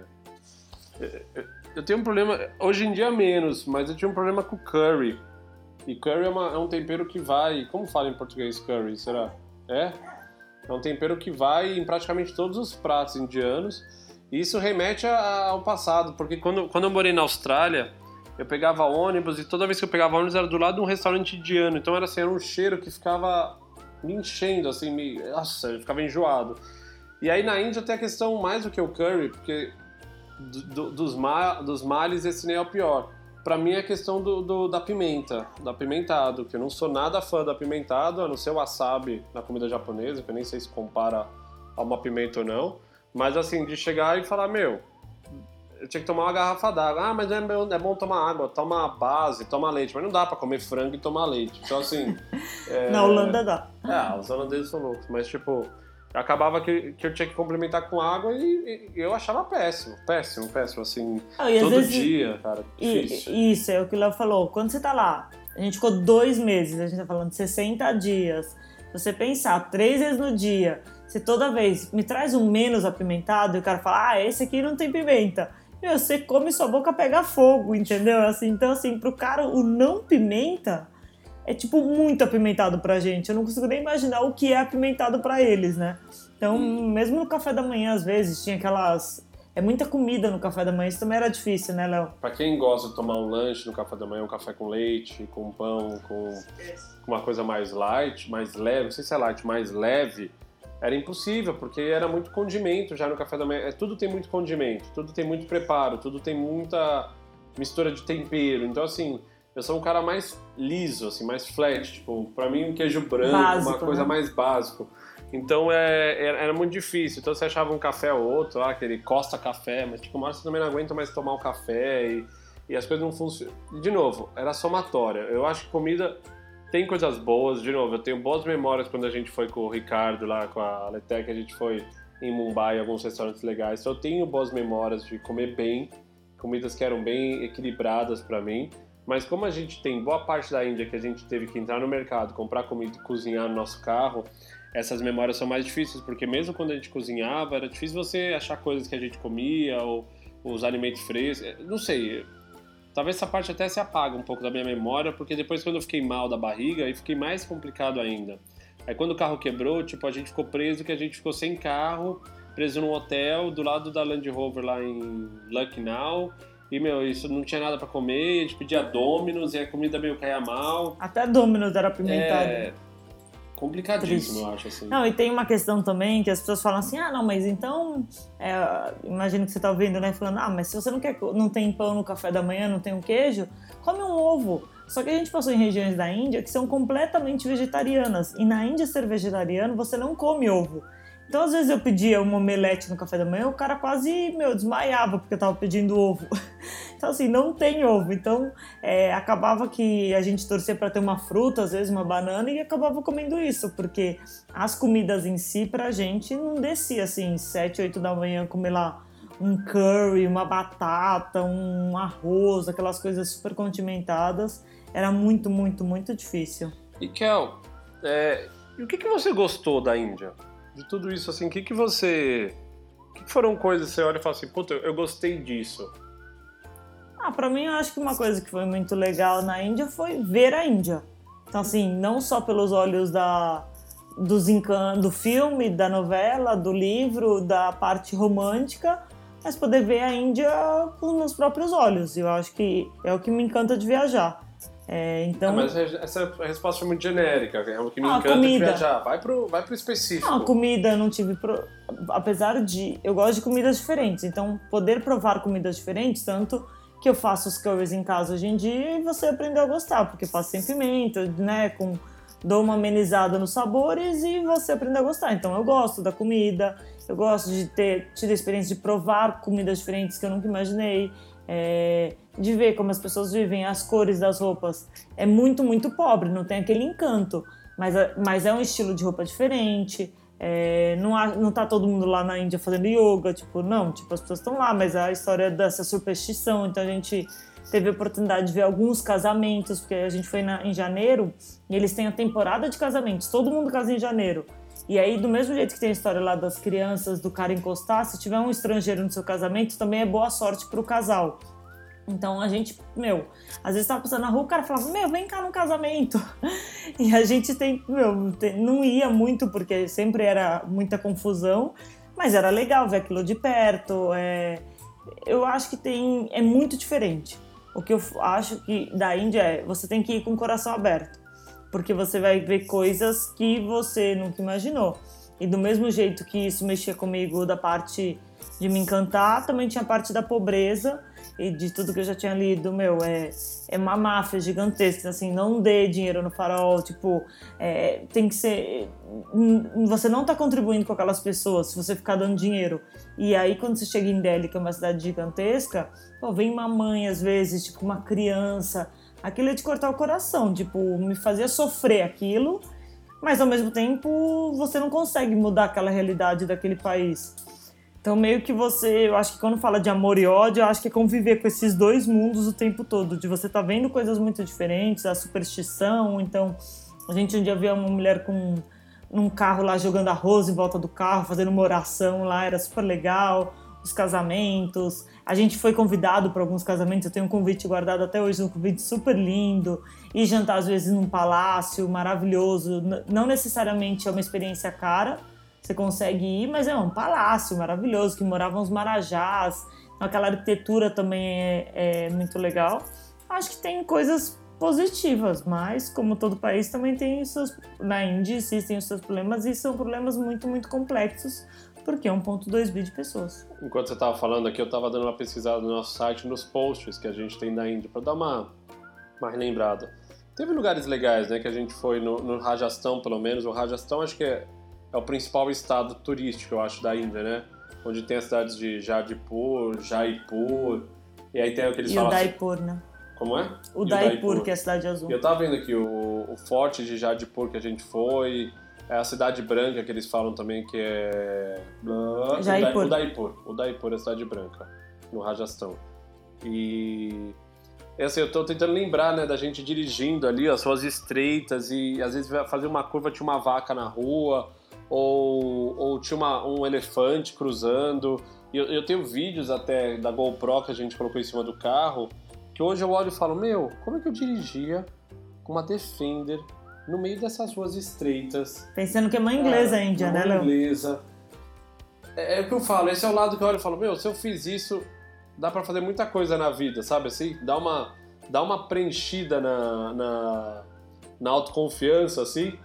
Eu tenho um problema, hoje em dia menos, mas eu tinha um problema com curry. E curry é, uma, é um tempero que vai... Como fala em português curry, será? É? É um tempero que vai em praticamente todos os pratos indianos. E isso remete ao passado, porque quando, quando eu morei na Austrália, eu pegava ônibus e toda vez que eu pegava ônibus era do lado de um restaurante indiano. Então era assim, era um cheiro que ficava me enchendo, assim, me... Nossa, eu ficava enjoado. E aí na Índia tem a questão mais do que o curry, porque do, do, dos, ma, dos males esse nem é o pior. Pra mim é a questão do, do, da pimenta, do apimentado, que eu não sou nada fã do apimentado, a não ser o wasabi na comida japonesa, que eu nem sei se compara a uma pimenta ou não. Mas assim, de chegar e falar, meu, eu tinha que tomar uma garrafa d'água. Ah, mas é bom, é bom tomar água, toma base, toma leite. Mas não dá pra comer frango e tomar leite. Então assim... É... Na Holanda dá. É, os holandeses são loucos. Mas tipo, acabava que, que eu tinha que complementar com água e, e eu achava péssimo. Péssimo, péssimo, assim, ah, todo vezes... dia, cara. Difícil. E, isso, é o que o Léo falou. Quando você tá lá, a gente ficou dois meses, a gente tá falando de sessenta dias. Se você pensar três vezes no dia... Se toda vez me traz um menos apimentado e o cara fala, ah, esse aqui não tem pimenta. Meu, você come e sua boca pega fogo, entendeu? Assim, então, assim, pro cara, o não pimenta é, tipo, muito apimentado pra gente. Eu não consigo nem imaginar o que é apimentado pra eles, né? Então, hum. mesmo no café da manhã, às vezes, tinha aquelas... É muita comida no café da manhã, isso também era difícil, né, Léo? Pra quem gosta de tomar um lanche no café da manhã, um café com leite, com pão, com uma coisa mais light, mais leve, não sei se é light, mais leve... Era impossível, porque era muito condimento já no café da manhã. Tudo tem muito condimento, tudo tem muito preparo, tudo tem muita mistura de tempero. Então, assim, eu sou um cara mais liso, assim, mais flat. Tipo, pra mim, um queijo branco, básico, uma coisa né? mais básico. Então é, era, era muito difícil. Então você achava um café ou outro, lá, aquele Costa Café, mas tipo, uma hora você também não aguenta mais tomar o café e, e as coisas não funcionam. De novo, era somatória. Eu acho que comida tem coisas boas. De novo, eu tenho boas memórias quando a gente foi com o Ricardo lá, com a Letec, a gente foi em Mumbai, alguns restaurantes legais. Então eu tenho boas memórias de comer bem, comidas que eram bem equilibradas para mim. Mas como a gente tem boa parte da Índia que a gente teve que entrar no mercado, comprar comida e cozinhar no nosso carro, essas memórias são mais difíceis, porque mesmo quando a gente cozinhava, era difícil você achar coisas que a gente comia, ou os alimentos frescos, não sei, talvez essa parte até se apaga um pouco da minha memória, porque depois quando eu fiquei mal da barriga, aí fiquei mais complicado ainda. Aí quando o carro quebrou, tipo, a gente ficou preso, que a gente ficou sem carro, preso num hotel, do lado da Land Rover lá em Lucknow, e, meu, isso não tinha nada pra comer, a gente pedia Domino's e a comida meio caía mal. Até Domino's era apimentado. É complicadíssimo, Triste. eu acho, assim. Não, e tem uma questão também que as pessoas falam assim, ah, não, mas então, é, imagino que você tá ouvindo, né, falando, ah, mas se você não quer, não tem pão no café da manhã, não tem um queijo, come um ovo. Só que a gente passou em regiões da Índia que são completamente vegetarianas, e na Índia ser vegetariano, você não come ovo. Então, às vezes eu pedia uma omelete no café da manhã, o cara quase, meu, desmaiava porque eu tava pedindo ovo. Então, assim, não tem ovo. Então, é, acabava que a gente torcia para ter uma fruta, às vezes uma banana, e acabava comendo isso, porque as comidas em si, pra gente, não descia, assim, sete, oito da manhã, comer lá um curry, uma batata, um arroz, aquelas coisas super condimentadas. Era muito, muito, muito difícil. E, Kel, é, e o que, que você gostou da Índia? De tudo isso, assim, o que, que você... O que, que foram coisas que você olha e fala assim, puta, eu gostei disso? Ah, pra mim, eu acho que uma coisa que foi muito legal na Índia foi ver a Índia. Então, assim, não só pelos olhos da, dos encan- do filme, da novela, do livro, da parte romântica, mas poder ver a Índia com os meus próprios olhos. Eu acho que é o que me encanta de viajar. É, então... Ah, mas essa resposta foi muito genérica, é o que me Ah, encanta comida. de viajar. Vai pro, vai pro específico. Não, comida eu não tive... Pro... Apesar de... Eu gosto de comidas diferentes, então poder provar comidas diferentes, tanto que eu faço os curries em casa hoje em dia e você aprendeu a gostar, porque eu faço sem pimenta, né, com... dou uma amenizada nos sabores e você aprende a gostar. Então eu gosto da comida, eu gosto de ter tido a experiência de provar comidas diferentes que eu nunca imaginei, é... de ver como as pessoas vivem, as cores das roupas. É muito, muito pobre, não tem aquele encanto, mas, mas é um estilo de roupa diferente. É, não, há, não tá todo mundo lá na Índia fazendo yoga, tipo, não, tipo, as pessoas estão lá, mas a história dessa superstição, então a gente teve a oportunidade de ver alguns casamentos, porque a gente foi na, em janeiro, e eles têm a temporada de casamentos, todo mundo casa em janeiro, e aí do mesmo jeito que tem a história lá das crianças, do cara encostar, se tiver um estrangeiro no seu casamento, também é boa sorte pro casal. Então a gente, meu, às vezes tava passando na rua, o cara falava, meu, vem cá no casamento. E a gente tem, meu, tem, não ia muito, porque sempre era muita confusão, mas era legal ver aquilo de perto. É, eu acho que tem, é muito diferente. O que eu acho que da Índia é, você tem que ir com o coração aberto, porque você vai ver coisas que você nunca imaginou. E do mesmo jeito que isso mexia comigo da parte de me encantar, também tinha a parte da pobreza, e de tudo que eu já tinha lido, meu, é, é uma máfia gigantesca, assim, não dê dinheiro no farol, tipo, é, tem que ser... Você não tá contribuindo com aquelas pessoas se você ficar dando dinheiro. E aí, quando você chega em Delhi, que é uma cidade gigantesca, pô, vem uma mãe, às vezes, tipo, uma criança, aquilo é de cortar o coração, tipo, me fazia sofrer aquilo, mas, ao mesmo tempo, você não consegue mudar aquela realidade daquele país. Então, meio que você, eu acho que quando fala de amor e ódio, eu acho que é conviver com esses dois mundos o tempo todo, de você tá vendo coisas muito diferentes, a superstição. Então, a gente um dia viu uma mulher com um carro lá jogando arroz em volta do carro, fazendo uma oração lá, era super legal, os casamentos. A gente foi convidado para alguns casamentos, eu tenho um convite guardado até hoje, um convite super lindo, e jantar às vezes num palácio maravilhoso, não necessariamente é uma experiência cara, você consegue ir, mas é um palácio maravilhoso, que moravam os marajás, então aquela arquitetura também é, é muito legal. Acho que tem coisas positivas, mas como todo país também tem os seus, na Índia existem os seus problemas, e são problemas muito, muito complexos, porque é um vírgula dois bilhão de pessoas. Enquanto você estava falando aqui, eu estava dando uma pesquisada no nosso site, nos posts que a gente tem da Índia, para dar uma, uma relembrada. Teve lugares legais, né, que a gente foi no, no Rajastão, pelo menos. O Rajastão acho que é é o principal estado turístico, eu acho, da Índia, né? Onde tem as cidades de Jadipur, Jaipur, e aí tem o que eles e falam... o Udaipur, assim, né? Como é? O Udaipur, que é a cidade azul. E eu tava vendo aqui o, o forte de Jadipur que a gente foi, é a cidade branca que eles falam também, que é... Jaipur. Udaipur. Udaipur é a cidade branca, no Rajastão. E... É assim, eu tô tentando lembrar, né, da gente dirigindo ali, as ruas estreitas, e às vezes fazer uma curva, tinha uma vaca na rua, ou, ou tinha uma, um elefante cruzando. E eu, eu tenho vídeos até da GoPro que a gente colocou em cima do carro, que hoje eu olho e falo, meu, como é que eu dirigia com uma Defender no meio dessas ruas estreitas? Pensando que é mãe inglesa a Índia, né, Léo? Mãe inglesa. É, é o que eu falo, esse é o lado que eu olho e falo, meu, se eu fiz isso... Dá pra fazer muita coisa na vida, sabe assim? Dá uma, dá uma preenchida na, na, na autoconfiança, assim.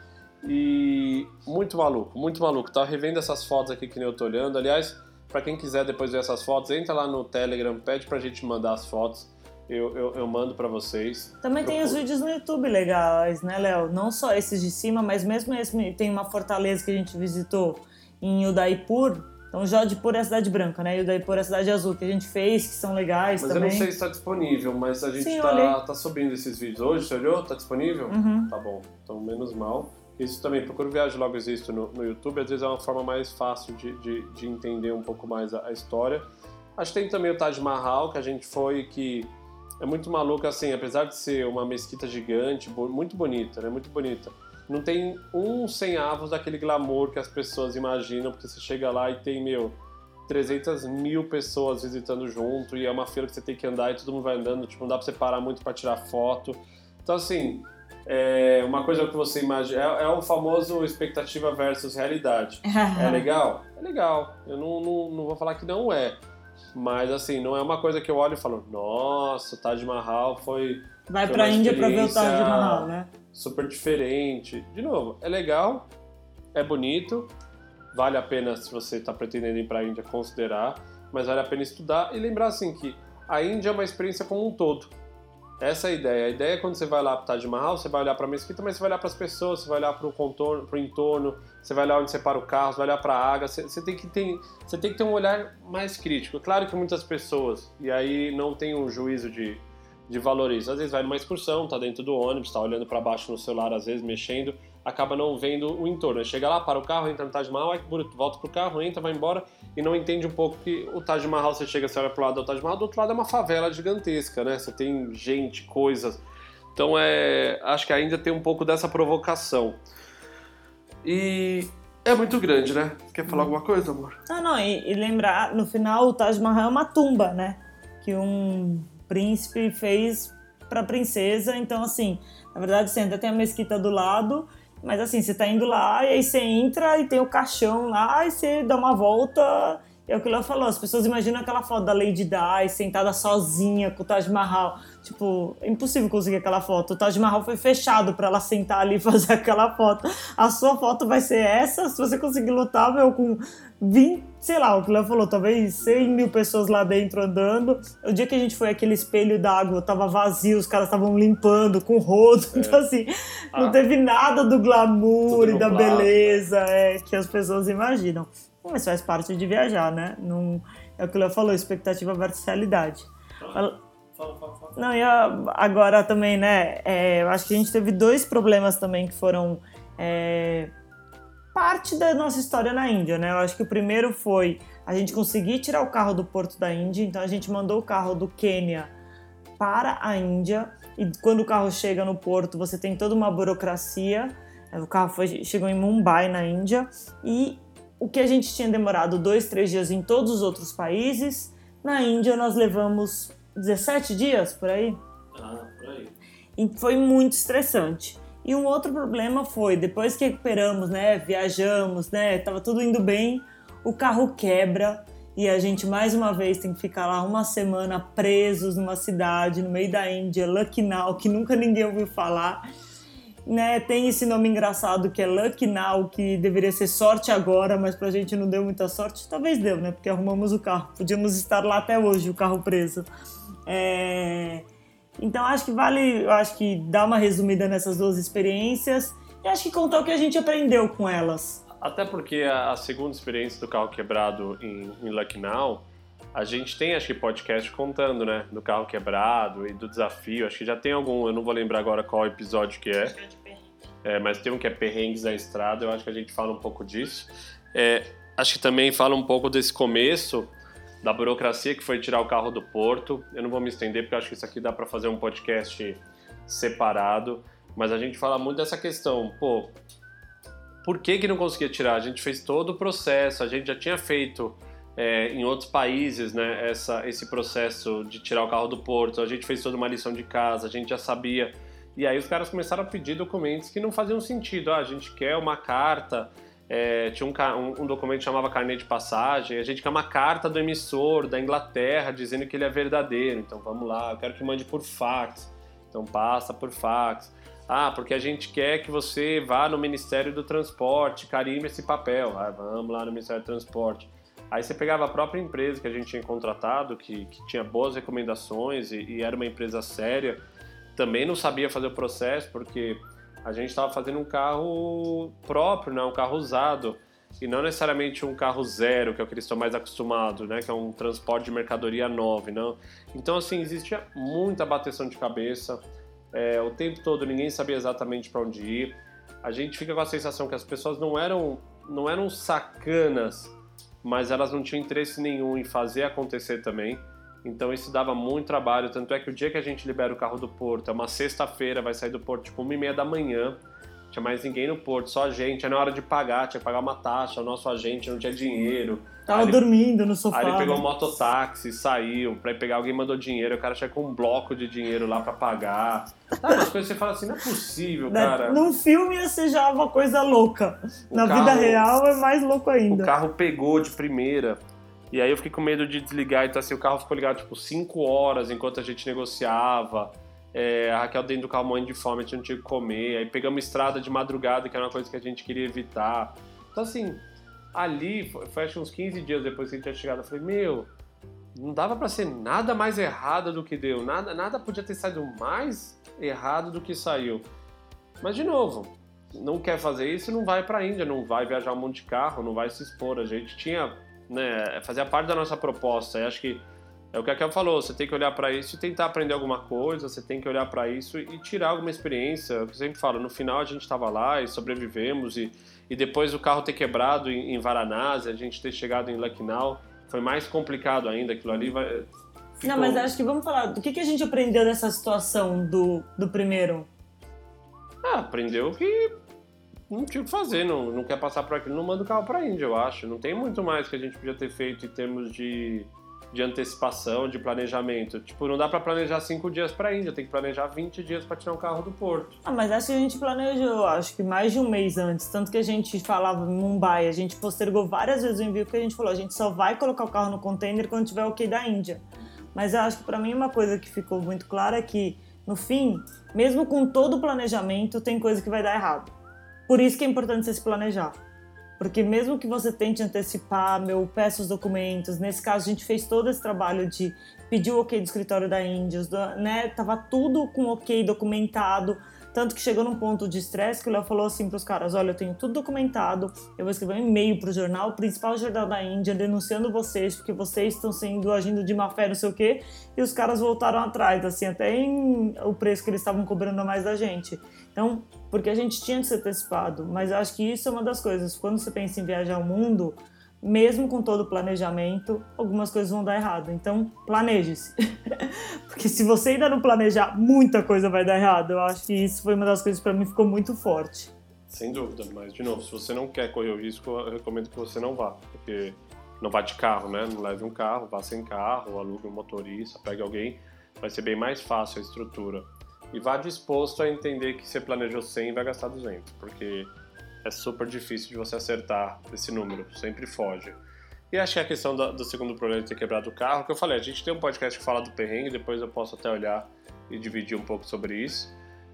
E muito maluco, muito maluco. Tava revendo essas fotos aqui que nem eu tô olhando. Aliás, pra quem quiser depois ver essas fotos, entra lá no Telegram, pede pra gente mandar as fotos. Eu, eu, eu mando pra vocês. Também tem os vídeos no YouTube legais, né, Léo? Não só esses de cima, mas mesmo esse, tem uma fortaleza que a gente visitou em Udaipur. Então, Jodhpur é a cidade branca, né? E Udaipur é a cidade azul, que a gente fez, que são legais mas também. Mas eu não sei se está disponível, mas a gente Sim, tá, tá subindo esses vídeos. Hoje, você olhou? Tá disponível? Uhum. Tá bom. Então, menos mal. Isso também, Procura Viagem Logo Existo no, no YouTube. Às vezes é uma forma mais fácil de, de, de entender um pouco mais a, a história. Acho que tem também o Taj Mahal, que a gente foi, que é muito maluco, assim, apesar de ser uma mesquita gigante, muito bonita, né? Muito bonita. Não tem um cem avos daquele glamour que as pessoas imaginam, porque você chega lá e tem, meu... trezentas mil pessoas visitando junto, e é uma fila que você tem que andar e todo mundo vai andando, tipo, não dá pra você parar muito pra tirar foto. Então, assim, é uma coisa que você imagina, é, é o famoso expectativa versus realidade. É legal? É legal. Eu não, não, não vou falar que não é. Mas, assim, não é uma coisa que eu olho e falo, nossa, o Taj Mahal foi... Vai foi pra Índia pra ver o Taj Mahal, né? Super diferente. De novo, é legal, é bonito, vale a pena, se você está pretendendo ir para a Índia, considerar, mas vale a pena estudar e lembrar assim que a Índia é uma experiência como um todo. Essa é a ideia. A ideia é quando você vai lá para o Taj Mahal, você vai olhar para a mesquita, mas você vai olhar para as pessoas, você vai olhar para o contorno, para o entorno, você vai olhar onde você para o carro, você vai olhar para a água, você, você, tem que ter, você tem que ter um olhar mais crítico. Claro que muitas pessoas, e aí não tem um juízo de, de valorizo, às vezes vai numa excursão, tá dentro do ônibus, tá olhando para baixo no celular, às vezes mexendo, acaba não vendo o entorno. Chega lá, para o carro, entra no Taj Mahal, ai que bonito, volta pro carro, entra, vai embora e não entende um pouco que o Taj Mahal, você chega, você olha pro lado do Taj Mahal, do outro lado é uma favela gigantesca, né? Você tem gente, coisas. Então é, acho que ainda tem um pouco dessa provocação. E é muito grande, né? Quer falar alguma coisa, amor? Não, não, e, e lembrar, no final o Taj Mahal é uma tumba, né? Que um príncipe fez pra princesa, então assim, na verdade você ainda tem a mesquita do lado. Mas assim, você tá indo lá e aí você entra e tem o caixão lá e você dá uma volta. É o que o Léo falou, as pessoas imaginam aquela foto da Lady Di sentada sozinha com o Taj Mahal. Tipo, é impossível conseguir aquela foto. O Taj Mahal foi fechado pra ela sentar ali e fazer aquela foto. A sua foto vai ser essa, se você conseguir lutar, meu, com vinte, sei lá, o que o Léo falou, talvez cem mil pessoas lá dentro andando. O dia que a gente foi, aquele espelho d'água tava vazio, os caras estavam limpando com rodo. É. Então, assim, ah. não teve nada do glamour e da beleza é, que as pessoas imaginam. Mas faz parte de viajar, né? Não, é o que o Léo falou, expectativa versus realidade. Fala, fala, fala, fala. Não, e agora também, né? É, eu acho que a gente teve dois problemas também que foram é, parte da nossa história na Índia, né? Eu acho que o primeiro foi a gente conseguir tirar o carro do porto da Índia, então a gente mandou o carro do Quênia para a Índia, e quando o carro chega no porto, você tem toda uma burocracia. O carro foi, chegou em Mumbai, na Índia, e o que a gente tinha demorado dois, três dias em todos os outros países, na Índia nós levamos dezessete dias, por aí. Ah, por aí. E foi muito estressante. E um outro problema foi, depois que recuperamos, né, viajamos, né, tava tudo indo bem, o carro quebra e a gente mais uma vez tem que ficar lá uma semana presos numa cidade no meio da Índia, Lucknow, que nunca ninguém ouviu falar. Né, tem esse nome engraçado que é Lucknow, que deveria ser sorte agora, mas pra gente não deu muita sorte. Talvez deu, né? Porque arrumamos o carro. Podíamos estar lá até hoje, o carro preso. É... Então acho que vale, eu acho que dar uma resumida nessas duas experiências e acho que contar o que a gente aprendeu com elas. Até porque a, a segunda experiência do carro quebrado em, em Lucknow, a gente tem, acho que, podcast contando, né? Do carro quebrado e do desafio. Acho que já tem algum, eu não vou lembrar agora qual episódio que é. É, mas tem um que é Perrengues da Estrada, eu acho que a gente fala um pouco disso. É, acho que também fala um pouco desse começo da burocracia que foi tirar o carro do porto. Eu não vou me estender porque eu acho que isso aqui dá para fazer um podcast separado, mas a gente fala muito dessa questão, pô, por que que não conseguia tirar? A gente fez todo o processo, a gente já tinha feito é, em outros países, né, essa, esse processo de tirar o carro do porto, a gente fez toda uma lição de casa, a gente já sabia. E aí os caras começaram a pedir documentos que não faziam sentido. Ah, a gente quer uma carta, é, tinha um, um, um documento que chamava carnê de passagem, a gente quer uma carta do emissor da Inglaterra dizendo que ele é verdadeiro. Então vamos lá, eu quero que mande por fax. Então passa por fax. Ah, porque a gente quer que você vá no Ministério do Transporte, carimbe esse papel. Ah, vamos lá no Ministério do Transporte. Aí você pegava a própria empresa que a gente tinha contratado, que, que tinha boas recomendações e, e era uma empresa séria, também não sabia fazer o processo, porque a gente estava fazendo um carro próprio, né? Um carro usado, e não necessariamente um carro zero, que é o que eles estão mais acostumados, né? Que é um transporte de mercadoria nova, não? Então, assim, existia muita bateção de cabeça, é, o tempo todo ninguém sabia exatamente para onde ir. A gente fica com a sensação que as pessoas não eram, não eram sacanas, mas elas não tinham interesse nenhum em fazer acontecer também. Então isso dava muito trabalho, tanto é que o dia que a gente libera o carro do porto, é uma sexta-feira, vai sair do porto tipo uma e meia da manhã, não tinha mais ninguém no porto, só a gente, aí na hora de pagar, tinha que pagar uma taxa, o nosso agente não tinha dinheiro. Tava aí dormindo no sofá. Aí ele pegou né? um mototáxi, saiu, pra ir pegar alguém mandou dinheiro, o cara chega com um bloco de dinheiro lá pra pagar. Tá, umas coisas que você fala assim, não é possível, cara. Num filme ia ser já uma coisa louca, O na carro- vida real é mais louco ainda. O carro pegou de primeira. E aí eu fiquei com medo de desligar, então assim, o carro ficou ligado tipo cinco horas enquanto a gente negociava. É, a Raquel dentro do carro morrendo de fome, a gente não tinha o que comer. Aí pegamos estrada de madrugada, que era uma coisa que a gente queria evitar. Então assim, ali, foi, foi acho que uns quinze dias depois que a gente tinha chegado, eu falei, meu, não dava pra ser nada mais errado do que deu. Nada, nada podia ter saído mais errado do que saiu. Mas de novo, não quer fazer isso, não vai pra Índia, não vai viajar um monte de carro, não vai se expor. A gente tinha... Né, fazia parte da nossa proposta. E acho que é o que a Raquel falou, você tem que olhar para isso e tentar aprender alguma coisa, você tem que olhar para isso e tirar alguma experiência. É o que eu sempre falo, no final a gente estava lá e sobrevivemos e, e depois o carro ter quebrado em, em Varanasi, a gente ter chegado em Lucknow, foi mais complicado ainda, aquilo ali vai... Ficou... Não, mas acho que vamos falar, do que, que a gente aprendeu dessa situação do, do primeiro? Ah, aprendeu que não tinha o que fazer, não, não quer passar por aquilo, não manda o carro pra Índia, eu acho. Não tem muito mais que a gente podia ter feito em termos de, de antecipação, de planejamento. Tipo, não dá pra planejar cinco dias pra Índia, tem que planejar vinte dias pra tirar um carro do porto. Ah, mas acho que a gente planejou, acho que mais de um mês antes. Tanto que a gente falava em Mumbai, a gente postergou várias vezes o envio, porque a gente falou, a gente só vai colocar o carro no container quando tiver o ok da Índia. Mas eu acho que pra mim uma coisa que ficou muito clara é que, no fim, mesmo com todo o planejamento, tem coisa que vai dar errado. Por isso que é importante você se planejar. Porque mesmo que você tente antecipar, meu, peça os documentos, nesse caso a gente fez todo esse trabalho de pedir o ok do escritório da Índia, né? Tava tudo com ok documentado, tanto que chegou num ponto de estresse que o Léo falou assim pros caras, olha, eu tenho tudo documentado, eu vou escrever um e-mail pro jornal, o principal jornal da Índia, denunciando vocês, porque vocês estão sendo, agindo de má fé, não sei o quê, e os caras voltaram atrás, assim, até em o preço que eles estavam cobrando a mais da gente. Então, porque a gente tinha que ser antecipado, mas eu acho que isso é uma das coisas, quando você pensa em viajar ao mundo, mesmo com todo o planejamento, algumas coisas vão dar errado. Então, planeje-se. Porque se você ainda não planejar, muita coisa vai dar errado. Eu acho que isso foi uma das coisas que pra mim ficou muito forte. Sem dúvida, mas de novo, se você não quer correr o risco, eu recomendo que você não vá. Porque não vá de carro, né? Não leve um carro, vá sem carro, alugue um motorista, pegue alguém. Vai ser bem mais fácil a estrutura. E vá disposto a entender que você planejou cem e vai gastar duzentos. Porque... é super difícil de você acertar esse número, sempre foge. E acho que a questão do, do segundo problema de ter quebrado o carro, que eu falei, a gente tem um podcast que fala do perrengue, depois eu posso até olhar e dividir um pouco sobre isso,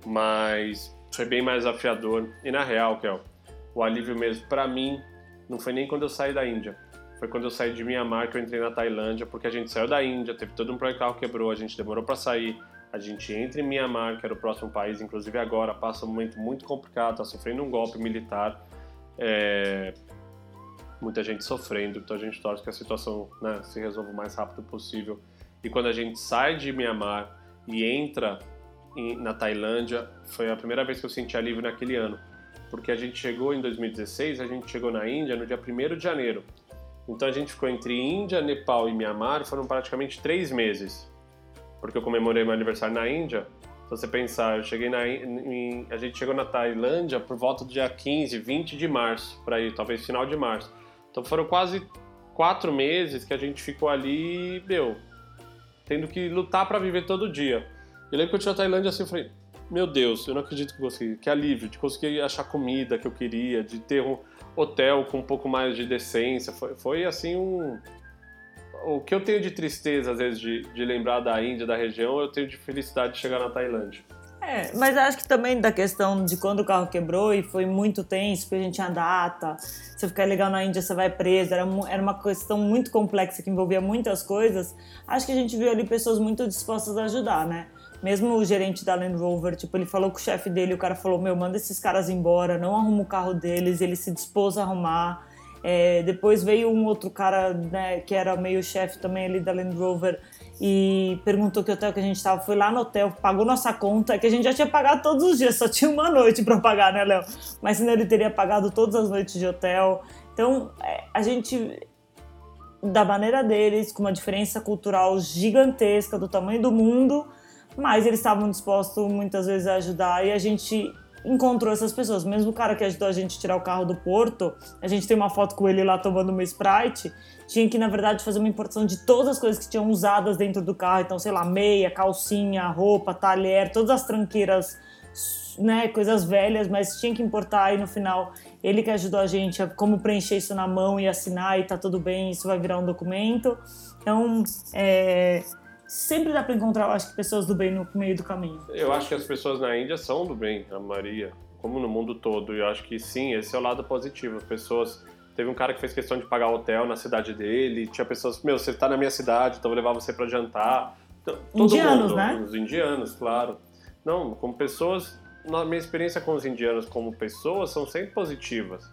mas foi bem mais desafiador. E na real, Kel, o alívio mesmo, pra mim, não foi nem quando eu saí da Índia, foi quando eu saí de Mianmar que eu entrei na Tailândia, porque a gente saiu da Índia, teve todo um problema, o carro quebrou, a gente demorou pra sair, a gente entra em Mianmar, que era o próximo país, inclusive agora, passa um momento muito complicado, está sofrendo um golpe militar. É, muita gente sofrendo, então a gente torce que a situação, né, se resolva o mais rápido possível. E quando a gente sai de Mianmar e entra em, na Tailândia, foi a primeira vez que eu senti alívio naquele ano, porque a gente chegou em dois mil e dezesseis, a gente chegou na Índia no dia primeiro de janeiro. Então a gente ficou entre Índia, Nepal e Mianmar, foram praticamente três meses, porque eu comemorei meu aniversário na Índia. Se você pensar, eu cheguei na, em, a gente chegou na Tailândia por volta do dia quinze, vinte de março, para ir, talvez final de março. Então foram quase quatro meses que a gente ficou ali, meu, tendo que lutar para viver todo dia. Eu lembro que eu tinha na Tailândia assim, eu falei, meu Deus, eu não acredito que eu consegui, que alívio, de conseguir achar comida que eu queria, de ter um hotel com um pouco mais de decência. Foi, foi assim um... O que eu tenho de tristeza, às vezes, de, de lembrar da Índia, da região, eu tenho de felicidade de chegar na Tailândia. É, mas acho que também da questão de quando o carro quebrou e foi muito tenso, porque a gente tinha data, se ficar legal na Índia você vai preso, era, era uma questão muito complexa que envolvia muitas coisas. Acho que a gente viu ali pessoas muito dispostas a ajudar, né? Mesmo o gerente da Land Rover, tipo, ele falou com o chefe dele, o cara falou, meu, manda esses caras embora, não arruma o carro deles, ele se dispôs a arrumar. É, depois veio um outro cara, né, que era meio chefe também ali da Land Rover e perguntou que hotel que a gente estava, foi lá no hotel, pagou nossa conta, que a gente já tinha pagado todos os dias, só tinha uma noite para pagar, né, Léo? Mas senão ele teria pagado todas as noites de hotel. Então, é, a gente, da maneira deles, com uma diferença cultural gigantesca do tamanho do mundo, mas eles estavam dispostos muitas vezes a ajudar e a gente encontrou essas pessoas. Mesmo o cara que ajudou a gente a tirar o carro do porto, a gente tem uma foto com ele lá tomando uma Sprite, tinha que, na verdade, fazer uma importação de todas as coisas que tinham usadas dentro do carro. Então, sei lá, meia, calcinha, roupa, talher, todas as tranqueiras, né, coisas velhas, mas tinha que importar e no final ele que ajudou a gente a como preencher isso na mão e assinar e tá tudo bem, isso vai virar um documento. Então, é... sempre dá para encontrar, eu acho que, pessoas do bem no meio do caminho. Eu acho que as pessoas na Índia são do bem, a maioria, como no mundo todo. E eu acho que sim, esse é o lado positivo. As pessoas... Teve um cara que fez questão de pagar hotel na cidade dele. Tinha pessoas, meu, você tá na minha cidade, então eu vou levar você para jantar. Todo indianos, mundo, né? Os indianos, claro. Não, como pessoas... Na minha experiência com os indianos como pessoas são sempre positivas.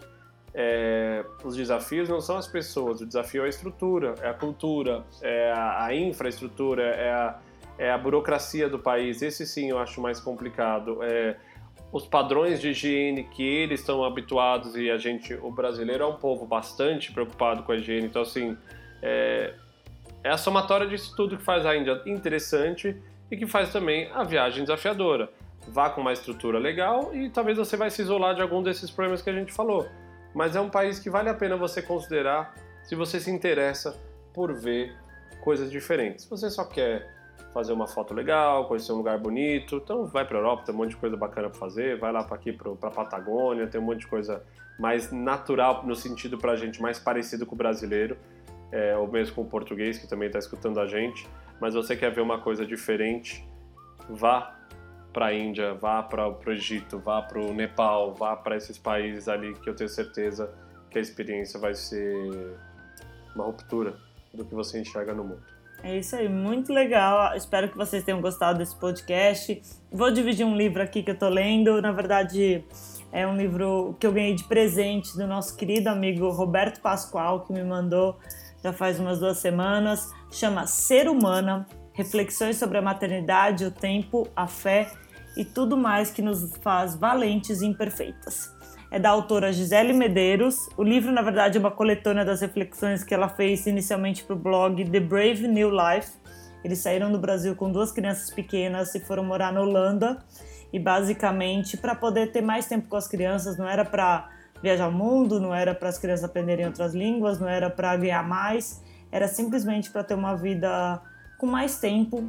É, os desafios não são as pessoas, o desafio é a estrutura, é a cultura, é a, a infraestrutura, é a, é a burocracia do país. Esse sim eu acho mais complicado. É, os padrões de higiene que eles estão habituados e a gente, o brasileiro é um povo bastante preocupado com a higiene, então assim, é, é a somatória disso tudo que faz a Índia interessante e que faz também a viagem desafiadora. Vá com uma estrutura legal e talvez você vai se isolar de algum desses problemas que a gente falou. Mas é um país que vale a pena você considerar se você se interessa por ver coisas diferentes. Se você só quer fazer uma foto legal, conhecer um lugar bonito, então vai para a Europa, tem um monte de coisa bacana para fazer, vai lá para aqui, para a Patagônia, tem um monte de coisa mais natural, no sentido para a gente, mais parecido com o brasileiro, é, ou mesmo com o português, que também está escutando a gente. Mas você quer ver uma coisa diferente, vá para a Índia, vá para o Egito, vá para o Nepal, vá para esses países ali que eu tenho certeza que a experiência vai ser uma ruptura do que você enxerga no mundo. É isso aí, muito legal. Espero que vocês tenham gostado desse podcast. Vou dividir um livro aqui que eu tô lendo. Na verdade, é um livro que eu ganhei de presente do nosso querido amigo Roberto Pascoal, que me mandou já faz umas duas semanas. Chama Ser Humana, Reflexões sobre a Maternidade, o Tempo, a Fé e tudo mais que nos faz valentes e imperfeitas. É da autora Gisele Medeiros. O livro, na verdade, é uma coletânea das reflexões que ela fez inicialmente para o blog The Brave New Life. Eles saíram do Brasil com duas crianças pequenas e foram morar na Holanda. E, basicamente, para poder ter mais tempo com as crianças, não era para viajar o mundo, não era para as crianças aprenderem outras línguas, não era para ganhar mais, era simplesmente para ter uma vida com mais tempo.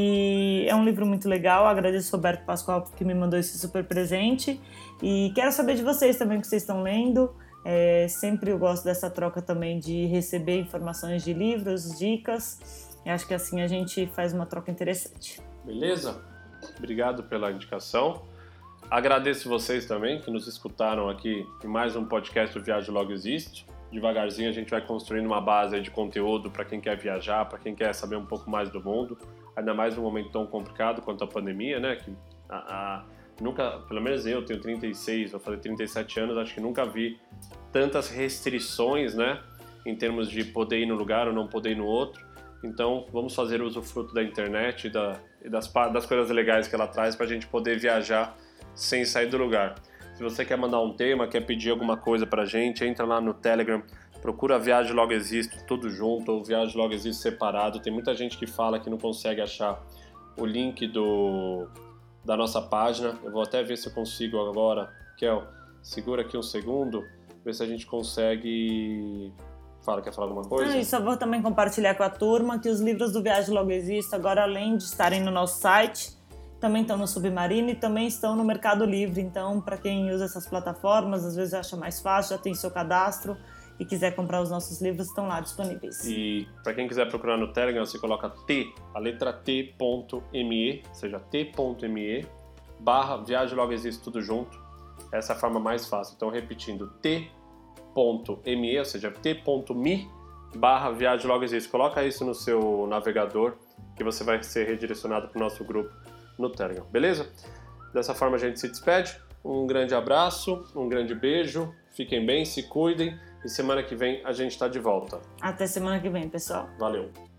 E é um livro muito legal. Agradeço ao Roberto Pascoal que me mandou esse super presente e quero saber de vocês também o que vocês estão lendo. É, sempre eu gosto dessa troca também de receber informações de livros, dicas. Eu acho que assim a gente faz uma troca interessante. Beleza? Obrigado pela indicação. Agradeço vocês também que nos escutaram aqui em mais um podcast do Viagem Logo Existe. Devagarzinho a gente vai construindo uma base de conteúdo para quem quer viajar, para quem quer saber um pouco mais do mundo, ainda mais num momento tão complicado quanto a pandemia, né? Que a, a, nunca, pelo menos eu tenho trinta e seis, vou fazer trinta e sete anos, acho que nunca vi tantas restrições, né, em termos de poder ir no lugar ou não poder ir no outro. Então, vamos fazer o usufruto da internet e, da, e das, das coisas legais que ela traz para a gente poder viajar sem sair do lugar. Se você quer mandar um tema, quer pedir alguma coisa para a gente, entra lá no Telegram, procura Viagem Logo Existo tudo junto ou Viagem Logo Existo separado. Tem muita gente que fala que não consegue achar o link do, da nossa página. Eu vou até ver se eu consigo agora. Kel, segura aqui um segundo, ver se a gente consegue... Fala, quer falar alguma coisa? Ah, e só vou também compartilhar com a turma que os livros do Viagem Logo Existo, agora além de estarem no nosso site, também estão no Submarino e também estão no Mercado Livre. Então, para quem usa essas plataformas, às vezes acha mais fácil, já tem seu cadastro e quiser comprar os nossos livros, estão lá disponíveis. E para quem quiser procurar no Telegram, você coloca T, a letra T.me, ou seja, T.me, barra Viagem Logo Existo tudo junto. Essa é a forma mais fácil. Então, repetindo, T.me, ou seja, T.me, barra Viagem Logo Existo. Coloca isso no seu navegador que você vai ser redirecionado para o nosso grupo no Telegram, beleza? Dessa forma a gente se despede. Um grande abraço, um grande beijo, fiquem bem, se cuidem e semana que vem a gente está de volta. Até semana que vem, pessoal. Valeu!